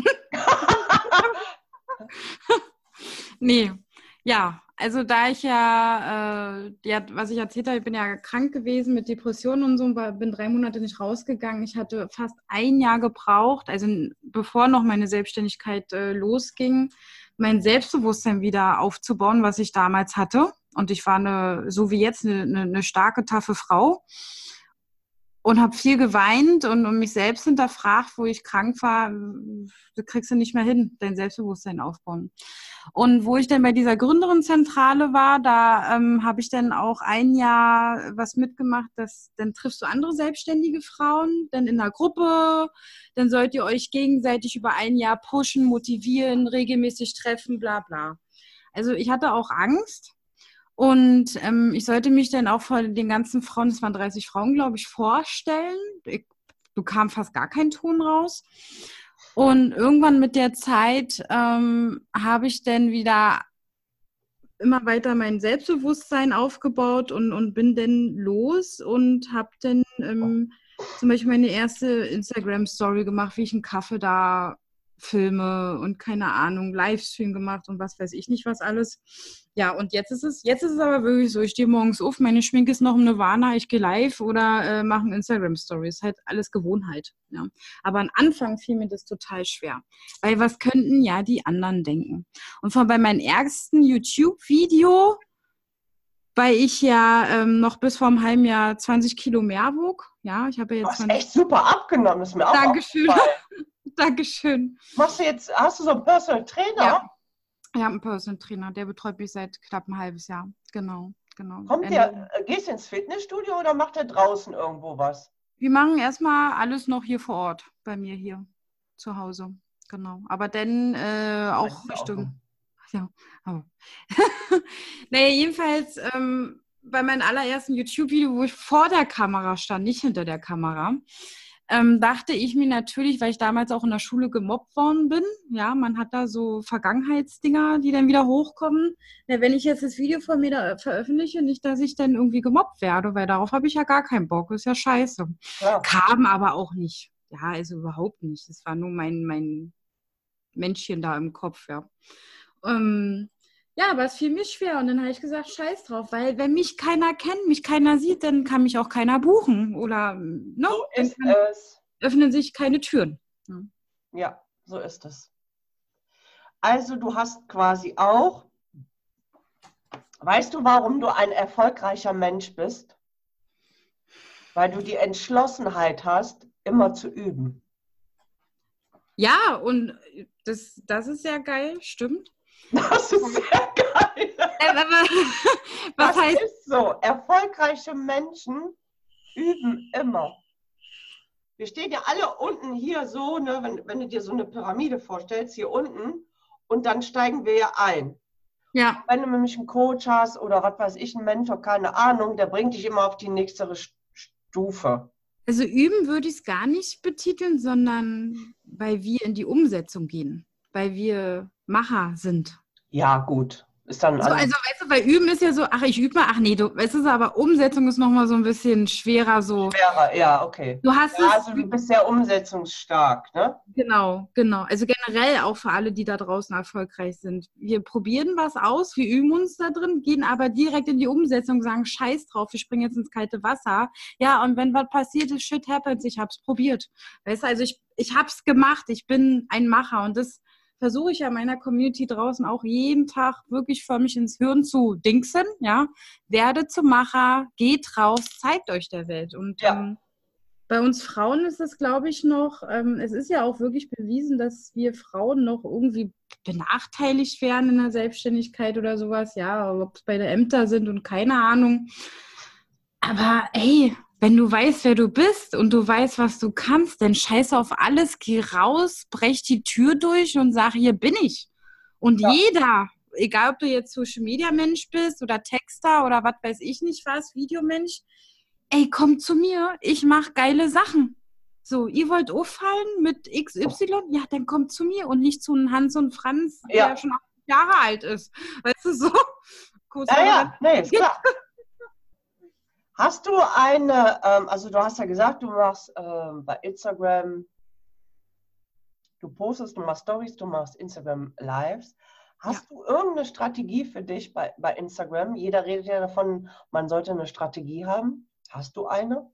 Nee. Ja, also da ich was ich erzählt habe, ich bin ja krank gewesen mit Depressionen und so, bin 3 Monate nicht rausgegangen. Ich hatte fast 1 Jahr gebraucht, also bevor noch meine Selbstständigkeit losging, mein Selbstbewusstsein wieder aufzubauen, was ich damals hatte. Und ich war so wie jetzt, eine starke, taffe Frau. Und habe viel geweint und mich selbst hinterfragt, wo ich krank war, du kriegst du nicht mehr hin, dein Selbstbewusstsein aufbauen. Und wo ich dann bei dieser Gründerinnenzentrale war, da habe ich dann auch 1 Jahr was mitgemacht, dann triffst du andere selbstständige Frauen, dann in einer Gruppe, dann sollt ihr euch gegenseitig über 1 Jahr pushen, motivieren, regelmäßig treffen, bla bla. Also ich hatte auch Angst. Und ich sollte mich dann auch vor den ganzen Frauen, es waren 30 Frauen, glaube ich, vorstellen. Du kam fast gar kein Ton raus. Und irgendwann mit der Zeit habe ich dann wieder immer weiter mein Selbstbewusstsein aufgebaut und bin dann los und habe dann zum Beispiel meine erste Instagram-Story gemacht, wie ich einen Kaffee da filme und keine Ahnung, Livestream gemacht und was weiß ich nicht was alles. Ja, und jetzt ist es aber wirklich so, ich stehe morgens auf, meine Schminke ist noch im Nirvana, ich gehe live oder mache eine Instagram-Story. Ist halt alles Gewohnheit. Ja. Aber am Anfang fiel mir das total schwer. Weil was könnten ja die anderen denken? Und bei meinem ersten YouTube-Video, weil ich ja noch bis vor einem halben Jahr 20 Kilo mehr wog. Ja, ich habe ja Du jetzt hast echt super abgenommen, ist mir auch Dankeschön. aufgefallen. Dankeschön. Hast du so einen Personal Trainer? Ja. Ich habe einen Personal Trainer, der betreut mich seit knapp ein halbes Jahr. Genau. Gehst du ins Fitnessstudio oder macht er draußen irgendwo was? Wir machen erstmal alles noch hier vor Ort, bei mir hier zu Hause. Genau. Aber dann auch Richtung. Ja. Oh. Naja, jedenfalls bei meinem allerersten YouTube-Video, wo ich vor der Kamera stand, nicht hinter der Kamera, dachte ich mir natürlich, weil ich damals auch in der Schule gemobbt worden bin, ja, man hat da so Vergangenheitsdinger, die dann wieder hochkommen. Ja, wenn ich jetzt das Video von mir da veröffentliche, nicht, dass ich dann irgendwie gemobbt werde, weil darauf habe ich ja gar keinen Bock, ist ja scheiße. Ja. Kam aber auch nicht. Ja, also überhaupt nicht. Das war nur mein Männchen da im Kopf, ja. Ja, aber es fiel mir schwer und dann habe ich gesagt, scheiß drauf, weil wenn mich keiner kennt, mich keiner sieht, dann kann mich auch keiner buchen oder ne? So ist es. Öffnen sich keine Türen. Ja, so ist es. Also du hast quasi auch, weißt du, warum du ein erfolgreicher Mensch bist? Weil du die Entschlossenheit hast, immer zu üben. Ja, und das ist ja geil, stimmt. Das ist sehr geil. Was das heißt, ist so. Erfolgreiche Menschen üben immer. Wir stehen ja alle unten hier so, ne, wenn du dir so eine Pyramide vorstellst, hier unten, und dann steigen wir ja ein. Ja. Wenn du nämlich einen Coach hast oder was weiß ich, einen Mentor, keine Ahnung, der bringt dich immer auf die nächste Stufe. Also üben würde ich es gar nicht betiteln, sondern weil wir in die Umsetzung gehen, weil wir Macher sind. Ja, gut. Ist dann so, also, weißt du, weil üben ist ja so, ach, ich übe mal, ach nee, es ist aber Umsetzung ist nochmal so ein bisschen schwerer so. Schwerer, ja, okay. Du hast also du bist sehr umsetzungsstark, ne? Genau. Also generell auch für alle, die da draußen erfolgreich sind. Wir probieren was aus, wir üben uns da drin, gehen aber direkt in die Umsetzung, sagen, scheiß drauf, wir springen jetzt ins kalte Wasser. Ja, und wenn was passiert ist, shit happens, ich hab's probiert. Weißt du, also ich hab's gemacht, ich bin ein Macher und das versuche ich ja meiner Community draußen auch jeden Tag wirklich für mich ins Hirn zu dingsen, ja. Werde zum Macher, geht raus, zeigt euch der Welt. Und bei uns Frauen ist es, glaube ich, noch, es ist ja auch wirklich bewiesen, dass wir Frauen noch irgendwie benachteiligt werden in der Selbstständigkeit oder sowas, ja, ob es bei den Ämtern sind und keine Ahnung. Aber ey, wenn du weißt, wer du bist und du weißt, was du kannst, dann scheiß auf alles, geh raus, brech die Tür durch und sag, hier bin ich. Und jeder, egal ob du jetzt Social-Media-Mensch bist oder Texter oder was weiß ich nicht was, Videomensch, ey, kommt zu mir, ich mache geile Sachen. So, ihr wollt auffallen mit XY? Ja, dann kommt zu mir und nicht zu einem Hans und Franz, der schon 80 Jahre alt ist. Weißt du, so? Nee, ist klar. Hast du also du hast ja gesagt, du machst bei Instagram, du postest, du machst Stories, du machst Instagram Lives. Hast du irgendeine Strategie für dich bei Instagram? Jeder redet ja davon, man sollte eine Strategie haben. Hast du eine?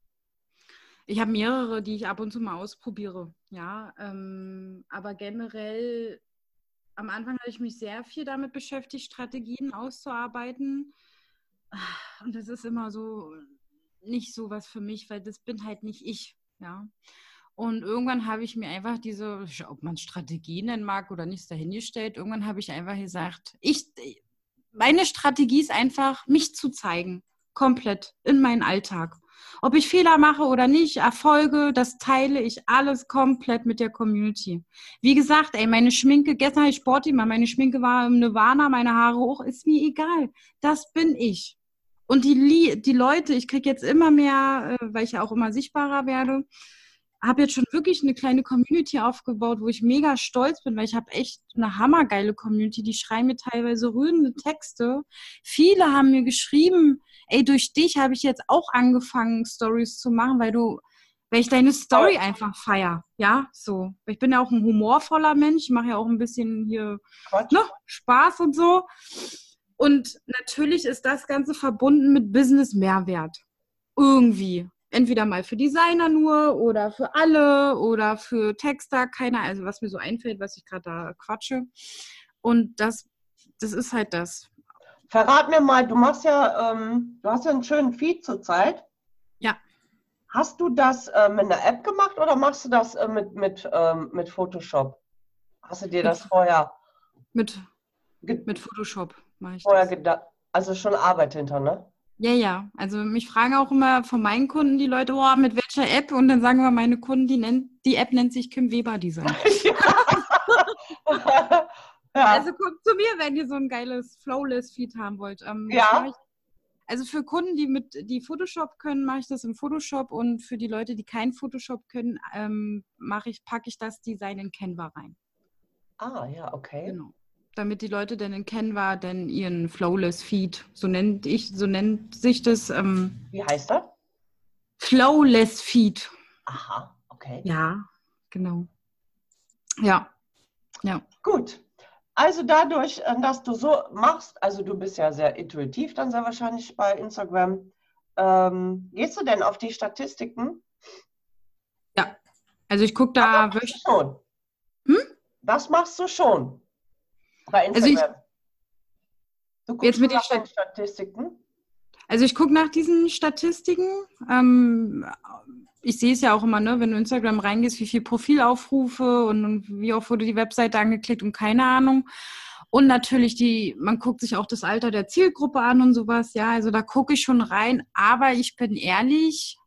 Ich habe mehrere, die ich ab und zu mal ausprobiere, ja. Aber generell, am Anfang habe ich mich sehr viel damit beschäftigt, Strategien auszuarbeiten. Und das ist immer so nicht so was für mich, weil das bin halt nicht ich, ja. Und irgendwann habe ich mir einfach ob man Strategien nennen mag oder nicht, dahingestellt, irgendwann habe ich einfach gesagt, meine Strategie ist einfach, mich zu zeigen, komplett in meinen Alltag. Ob ich Fehler mache oder nicht, Erfolge, das teile ich alles komplett mit der Community. Wie gesagt, ey, meine Schminke, gestern habe ich Sport gemacht, meine Schminke war im Nirvana, meine Haare hoch, ist mir egal. Das bin ich. Und die Leute, ich kriege jetzt immer mehr, weil ich ja auch immer sichtbarer werde, habe jetzt schon wirklich eine kleine Community aufgebaut, wo ich mega stolz bin, weil ich habe echt eine hammergeile Community, die schreiben mir teilweise rührende Texte. Viele haben mir geschrieben, ey, durch dich habe ich jetzt auch angefangen, Stories zu machen, weil ich deine Story einfach feier. Ja, so. Ich bin ja auch ein humorvoller Mensch, ich mache ja auch ein bisschen hier Spaß und so. Und natürlich ist das Ganze verbunden mit Business-Mehrwert. Irgendwie. Entweder mal für Designer nur oder für alle oder für Texter, keiner, also was mir so einfällt, was ich gerade da quatsche. Und das ist halt das. Verrat mir mal, du hast ja einen schönen Feed zurzeit. Ja. Hast du das mit einer App gemacht oder machst du das mit Photoshop? Hast du dir das vorher... Mit Photoshop mache ich vorher das. gedacht? Also schon Arbeit hinter, ne? Ja. Also mich fragen auch immer von meinen Kunden die Leute, oh, mit welcher App? Und dann sagen wir meine Kunden, die App nennt sich Kim Weber Design. Ja. Also kommt zu mir, wenn ihr so ein geiles Flowless-Feed haben wollt. Also für Kunden, die Photoshop können, mache ich das im Photoshop, und für die Leute, die kein Photoshop können, packe ich das Design in Canva rein. Ah, ja, okay. Genau. Damit die Leute dann in Canva dann ihren Flowless-Feed, so nennt sich das. Wie heißt das? Flowless-Feed. Aha, okay. Ja, genau. Ja. Gut. Also dadurch, dass du so machst, also du bist ja sehr intuitiv dann sehr wahrscheinlich bei Instagram, gehst du denn auf die Statistiken? Ja, also ich gucke da wöchentlich. Das machst du schon bei Instagram. Du guckst jetzt mit nach den Statistiken? Also ich gucke nach diesen Statistiken. Ich sehe es ja auch immer, ne, wenn du Instagram reingehst, wie viel Profilaufrufe und wie oft wurde die Webseite angeklickt und keine Ahnung. Und natürlich man guckt sich auch das Alter der Zielgruppe an und sowas. Ja, also da gucke ich schon rein. Aber ich bin ehrlich,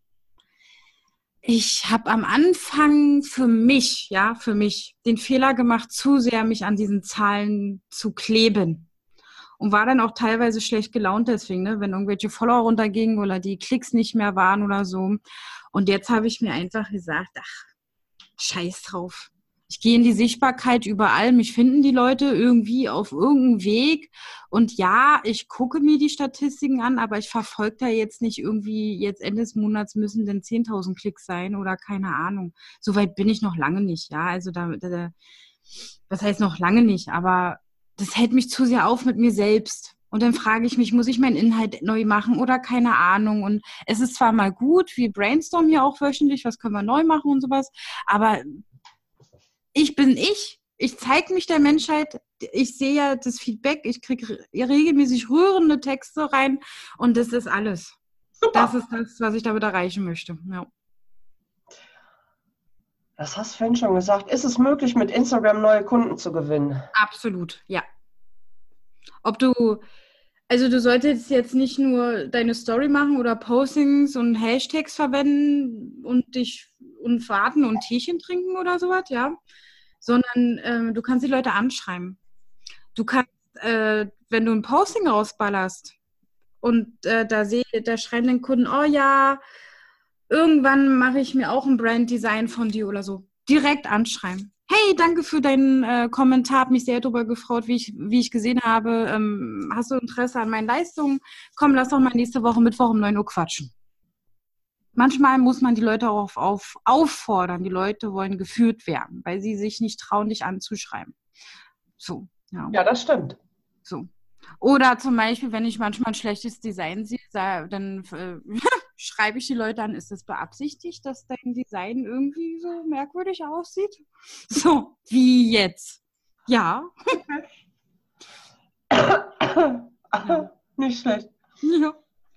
ich habe am Anfang für mich den Fehler gemacht, zu sehr mich an diesen Zahlen zu kleben. Und war dann auch teilweise schlecht gelaunt deswegen, ne? Wenn irgendwelche Follower runtergingen oder die Klicks nicht mehr waren oder so. Und jetzt habe ich mir einfach gesagt, ach, scheiß drauf. Ich gehe in die Sichtbarkeit überall. Mich finden die Leute irgendwie auf irgendeinem Weg. Und ja, ich gucke mir die Statistiken an, aber ich verfolge da jetzt nicht irgendwie, jetzt Ende des Monats müssen denn 10.000 Klicks sein oder keine Ahnung. So weit bin ich noch lange nicht, ja. Also das heißt noch lange nicht, aber das hält mich zu sehr auf mit mir selbst. Und dann frage ich mich, muss ich meinen Inhalt neu machen oder keine Ahnung? Und es ist zwar mal gut, wir brainstormen ja auch wöchentlich, was können wir neu machen und sowas, aber ich bin ich. Ich zeige mich der Menschheit. Ich sehe ja das Feedback. Ich kriege regelmäßig rührende Texte rein und das ist alles. Super. Das ist das, was ich damit erreichen möchte. Ja. Das hast du vorhin schon gesagt. Ist es möglich, mit Instagram neue Kunden zu gewinnen? Absolut, ja. Du solltest jetzt nicht nur deine Story machen oder Postings und Hashtags verwenden und warten und Teechen trinken oder sowas, ja, sondern du kannst die Leute anschreiben. Du kannst, wenn du ein Posting rausballerst und da schreiben den Kunden, oh ja, irgendwann mache ich mir auch ein Branddesign von dir oder so. Direkt anschreiben. Hey, danke für deinen Kommentar, habe mich sehr darüber gefreut, wie ich gesehen habe. Hast du Interesse an meinen Leistungen? Komm, lass doch mal nächste Woche Mittwoch um 9 Uhr quatschen. Manchmal muss man die Leute auch auffordern. Die Leute wollen geführt werden, weil sie sich nicht trauen, dich anzuschreiben. So, ja. Ja, das stimmt. So. Oder zum Beispiel, wenn ich manchmal ein schlechtes Design sehe, dann schreibe ich die Leute an, ist es beabsichtigt, dass dein Design irgendwie so merkwürdig aussieht? So, wie jetzt? Ja. Nicht schlecht. Ja.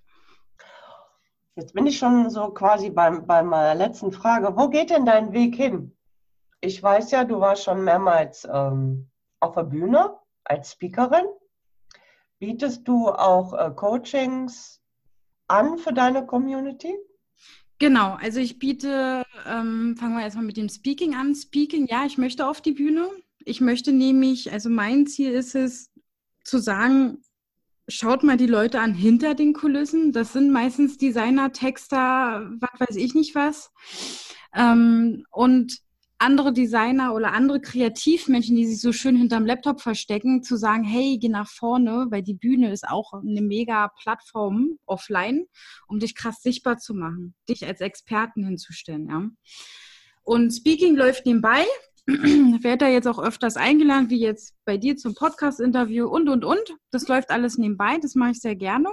Jetzt bin ich schon so quasi bei meiner letzten Frage. Wo geht denn dein Weg hin? Ich weiß ja, du warst schon mehrmals auf der Bühne als Speakerin. Bietest du auch Coachings an für deine Community? Genau, also ich biete, fangen wir erstmal mit dem Speaking an. Speaking, ja, ich möchte auf die Bühne. Ich möchte nämlich, also mein Ziel ist es, zu sagen, schaut mal die Leute an hinter den Kulissen. Das sind meistens Designer, Texter, was weiß ich nicht was. Und andere Designer oder andere Kreativmenschen, die sich so schön hinterm Laptop verstecken, zu sagen, hey, geh nach vorne, weil die Bühne ist auch eine mega Plattform offline, um dich krass sichtbar zu machen, dich als Experten hinzustellen. Ja. Und Speaking läuft nebenbei. Ich werde da jetzt auch öfters eingeladen, wie jetzt bei dir zum Podcast-Interview und. Das läuft alles nebenbei, das mache ich sehr gerne.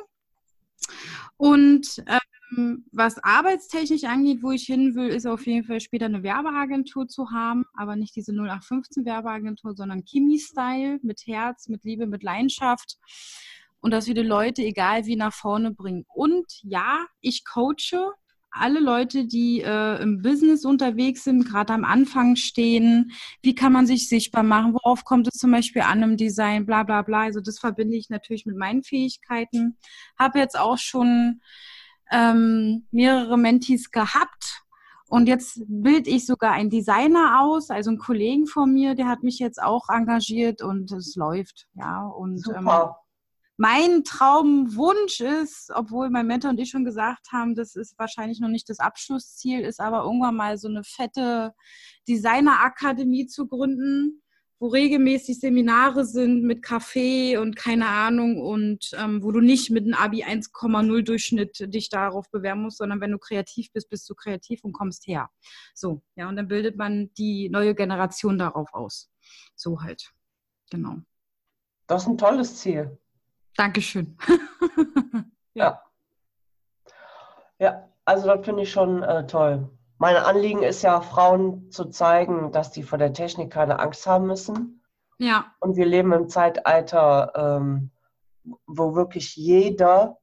Und was arbeitstechnisch angeht, wo ich hin will, ist auf jeden Fall später eine Werbeagentur zu haben, aber nicht diese 0815 Werbeagentur, sondern Kimi-Style, mit Herz, mit Liebe, mit Leidenschaft und dass wir die Leute, egal wie, nach vorne bringen. Und ja, ich coache alle Leute, die im Business unterwegs sind, gerade am Anfang stehen. Wie kann man sich sichtbar machen? Worauf kommt es zum Beispiel an im Design? Bla bla bla. Also das verbinde ich natürlich mit meinen Fähigkeiten. Habe jetzt auch schon mehrere Mentees gehabt. Und jetzt bilde ich sogar einen Designer aus, also einen Kollegen von mir, der hat mich jetzt auch engagiert und es läuft. Ja, und Super. mein Traumwunsch ist, obwohl mein Mentor und ich schon gesagt haben, das ist wahrscheinlich noch nicht das Abschlussziel, ist aber irgendwann mal so eine fette Designerakademie zu gründen, wo regelmäßig Seminare sind mit Kaffee und keine Ahnung und wo du nicht mit einem Abi 1,0 Durchschnitt dich darauf bewerben musst, sondern wenn du kreativ bist, bist du kreativ und kommst her. So, ja, und dann bildet man die neue Generation darauf aus. So halt, genau. Das ist ein tolles Ziel. Dankeschön. Ja. Ja, also das finde ich schon toll. Mein Anliegen ist ja, Frauen zu zeigen, dass die vor der Technik keine Angst haben müssen. Ja. Und wir leben im Zeitalter, wo wirklich jeder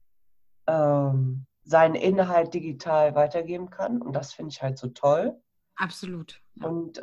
seinen Inhalt digital weitergeben kann. Und das finde ich halt so toll. Absolut. Ja. Und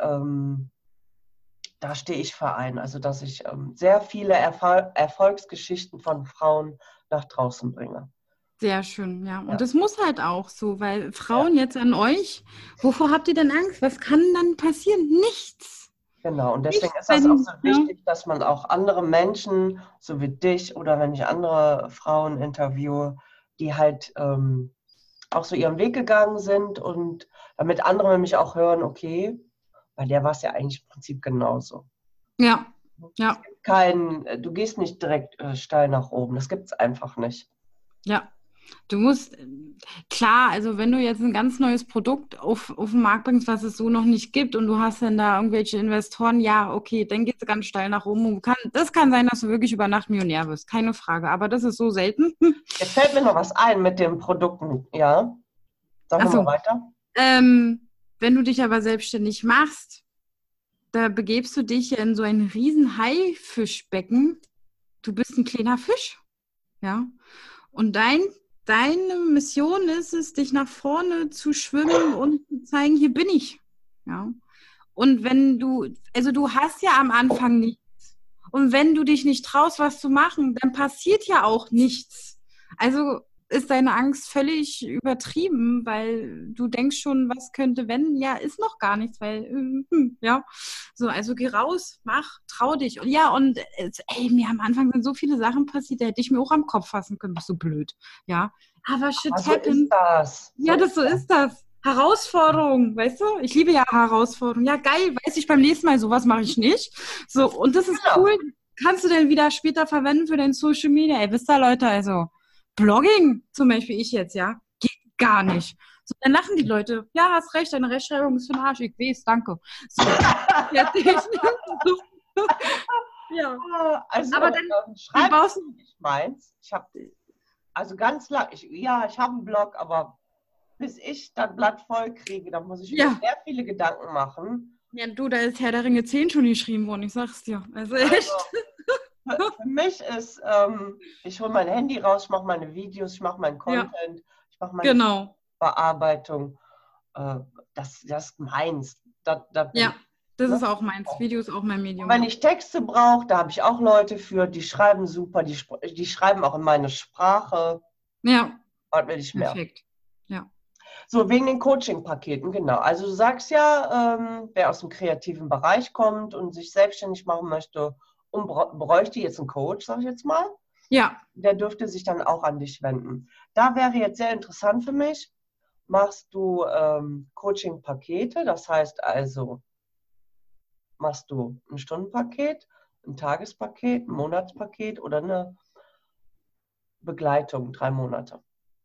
da stehe ich für ein. Also, dass ich sehr viele Erfolgsgeschichten von Frauen nach draußen bringe. Sehr schön, ja. Und Ja. das muss halt auch so, weil Frauen jetzt an euch, wovor habt ihr denn Angst? Was kann dann passieren? Nichts. Genau, und deswegen Nichts, ist das auch so ja. wichtig, dass man auch andere Menschen, so wie dich oder wenn ich andere Frauen interviewe, die halt auch so ihren Weg gegangen sind und damit andere nämlich auch hören, okay, bei der war es ja eigentlich im Prinzip genauso. Ja, ja. Du gehst nicht direkt steil nach oben, das gibt es einfach nicht. Ja. Du musst, klar, also wenn du jetzt ein ganz neues Produkt auf den Markt bringst, was es so noch nicht gibt und du hast dann da irgendwelche Investoren, ja, okay, dann geht es ganz steil nach oben. Und das kann sein, dass du wirklich über Nacht Millionär wirst, keine Frage, aber das ist so selten. Jetzt fällt mir noch was ein mit den Produkten, ja? Sag mal weiter. Wenn du dich aber selbstständig machst, da begebst du dich ja in so ein riesen Haifischbecken. Du bist ein kleiner Fisch, ja, und deine Mission ist es, dich nach vorne zu schwimmen und zu zeigen, hier bin ich. Ja. Und du hast ja am Anfang nichts. Und wenn du dich nicht traust, was zu machen, dann passiert ja auch nichts. Also ist deine Angst völlig übertrieben, weil du denkst schon, was könnte, wenn? Ja, ist noch gar nichts, weil, ja. So, also geh raus, mach, trau dich. Und ja, und mir am Anfang sind so viele Sachen passiert, da hätte ich mir auch am Kopf fassen können, bist so blöd. Ja, aber shit happened. So ist das. Ja, so ist das. Herausforderung, weißt du? Ich liebe ja Herausforderungen. Ja, geil, weiß ich beim nächsten Mal, sowas mache ich nicht. So, und das ist cool. Kannst du denn wieder später verwenden für dein Social Media? Ey, wisst ihr, Leute, also Blogging, zum Beispiel ich jetzt, ja, geht gar nicht. So, dann lachen die Leute, ja, hast recht, deine Rechtschreibung ist für den Arsch, ich weiß, danke. So, ja. Also, aber dann schreibst du nicht meins. Ich habe also ganz lang, ich habe einen Blog, aber bis ich das Blatt voll kriege, da muss ich mir sehr viele Gedanken machen. Ja, du, da ist Herr der Ringe 10 schon geschrieben worden, ich sag's dir. Also echt. Für mich ist, ich hole mein Handy raus, ich mache meine Videos, ich mache meinen Content, ich mache meine Bearbeitung. Das ist meins. Das ist auch meins. Video ist auch mein Medium. Und wenn ich Texte brauche, da habe ich auch Leute für, die schreiben super, die schreiben auch in meine Sprache. Ja. Was will ich mehr? Perfekt. Ja. So, wegen den Coaching-Paketen, genau. Also du sagst ja, wer aus dem kreativen Bereich kommt und sich selbstständig machen möchte und bräuchte jetzt einen Coach, sage ich jetzt mal. Ja. Der dürfte sich dann auch an dich wenden. Da wäre jetzt sehr interessant für mich, machst du Coaching-Pakete, das heißt also, machst du ein Stundenpaket, ein Tagespaket, ein Monatspaket oder eine Begleitung, 3 Monate?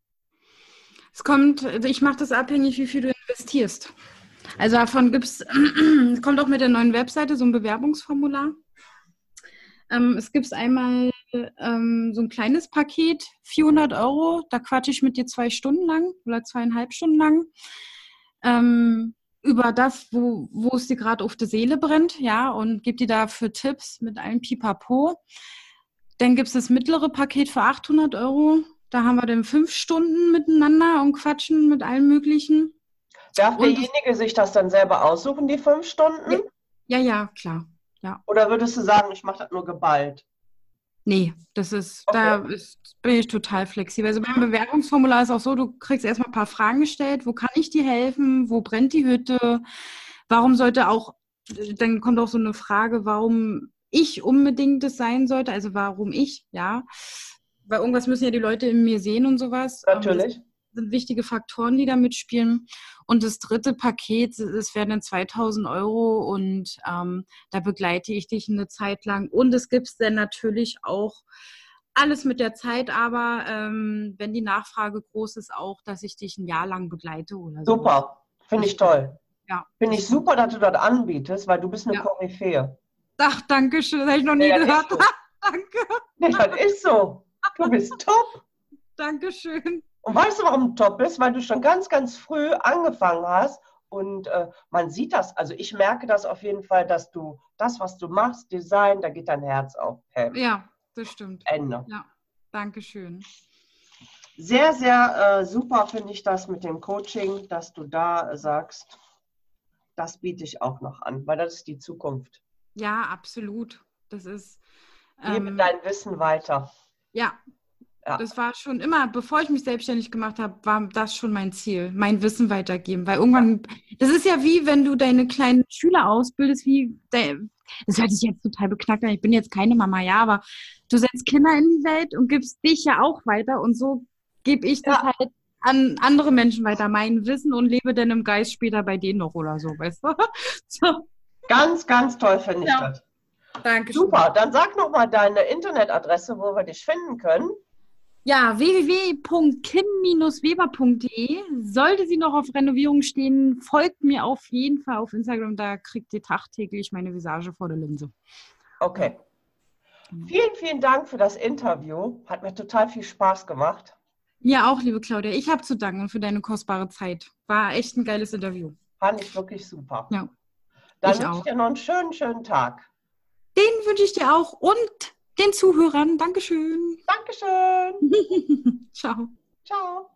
Ich mache das abhängig, wie viel du investierst. Also davon kommt auch mit der neuen Webseite so ein Bewerbungsformular. Es gibt einmal so ein kleines Paket, 400 €, da quatsche ich mit dir 2 Stunden lang oder 2,5 Stunden lang. Über das, wo es dir gerade auf der Seele brennt, ja, und gebe dir dafür Tipps mit allem Pipapo. Dann gibt es das mittlere Paket für 800 €. Da haben wir dann 5 Stunden miteinander und quatschen mit allem Möglichen. Darf derjenige sich das dann selber aussuchen, die 5 Stunden? Ja, klar. Ja. Oder würdest du sagen, ich mache das nur geballt? Nee, bin ich total flexibel. Also beim Bewerbungsformular ist auch so, du kriegst erstmal ein paar Fragen gestellt. Wo kann ich dir helfen? Wo brennt die Hütte? Dann kommt auch so eine Frage, warum ich unbedingt das sein sollte. Also warum ich, ja. Weil irgendwas müssen ja die Leute in mir sehen und sowas. Natürlich. Das sind wichtige Faktoren, die da mitspielen. Und das dritte Paket, das wären dann 2.000 € und da begleite ich dich eine Zeit lang. Und es gibt dann natürlich auch alles mit der Zeit, aber wenn die Nachfrage groß ist, auch, dass ich dich ein Jahr lang begleite oder so. Super, finde ich toll. Ja. Finde ich super, dass du das anbietest, weil du bist eine Ja. Koryphäe. Ach, danke schön, das habe ich noch nie gehört. So. Danke. Nee, das ist so. Du bist top. Dankeschön. Und weißt du, warum du top bist? Weil du schon ganz, ganz früh angefangen hast und man sieht das. Also ich merke das auf jeden Fall, dass du das, was du machst, Design, da geht dein Herz auf. Ja, das stimmt. Ende. Ja, Dankeschön. Sehr, sehr super finde ich das mit dem Coaching, dass du da sagst, das biete ich auch noch an, weil das ist die Zukunft. Ja, absolut. Das ist. Gebe dein Wissen weiter. Ja. Das war schon immer, bevor ich mich selbstständig gemacht habe, war das schon mein Ziel, mein Wissen weitergeben. Weil irgendwann, das ist ja wie, wenn du deine kleinen Schüler ausbildest, das hört sich jetzt total beknackt an, ich bin jetzt keine Mama, ja, aber du setzt Kinder in die Welt und gibst dich ja auch weiter und so gebe ich das halt an andere Menschen weiter, mein Wissen, und lebe dann im Geist später bei denen noch oder so, weißt du? So. Ganz, ganz toll finde ich das. Danke. Super, dann sag nochmal deine Internetadresse, wo wir dich finden können. Ja, www.kim-weber.de. Sollte sie noch auf Renovierung stehen, folgt mir auf jeden Fall auf Instagram. Da kriegt ihr tagtäglich meine Visage vor der Linse. Okay. Vielen, vielen Dank für das Interview. Hat mir total viel Spaß gemacht. Mir auch, liebe Claudia. Ich habe zu danken für deine kostbare Zeit. War echt ein geiles Interview. Fand ich wirklich super. Ja. Dann wünsche ich dir noch einen schönen, schönen Tag. Den wünsche ich dir auch und den Zuhörern. Dankeschön. Dankeschön. Ciao. Ciao.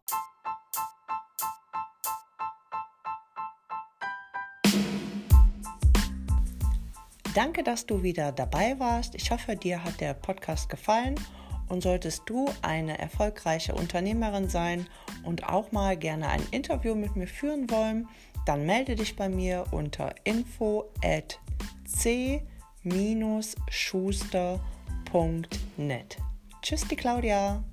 Danke, dass du wieder dabei warst. Ich hoffe, dir hat der Podcast gefallen. Und solltest du eine erfolgreiche Unternehmerin sein und auch mal gerne ein Interview mit mir führen wollen, dann melde dich bei mir unter info@c-schuster.net. Tschüss, die Claudia.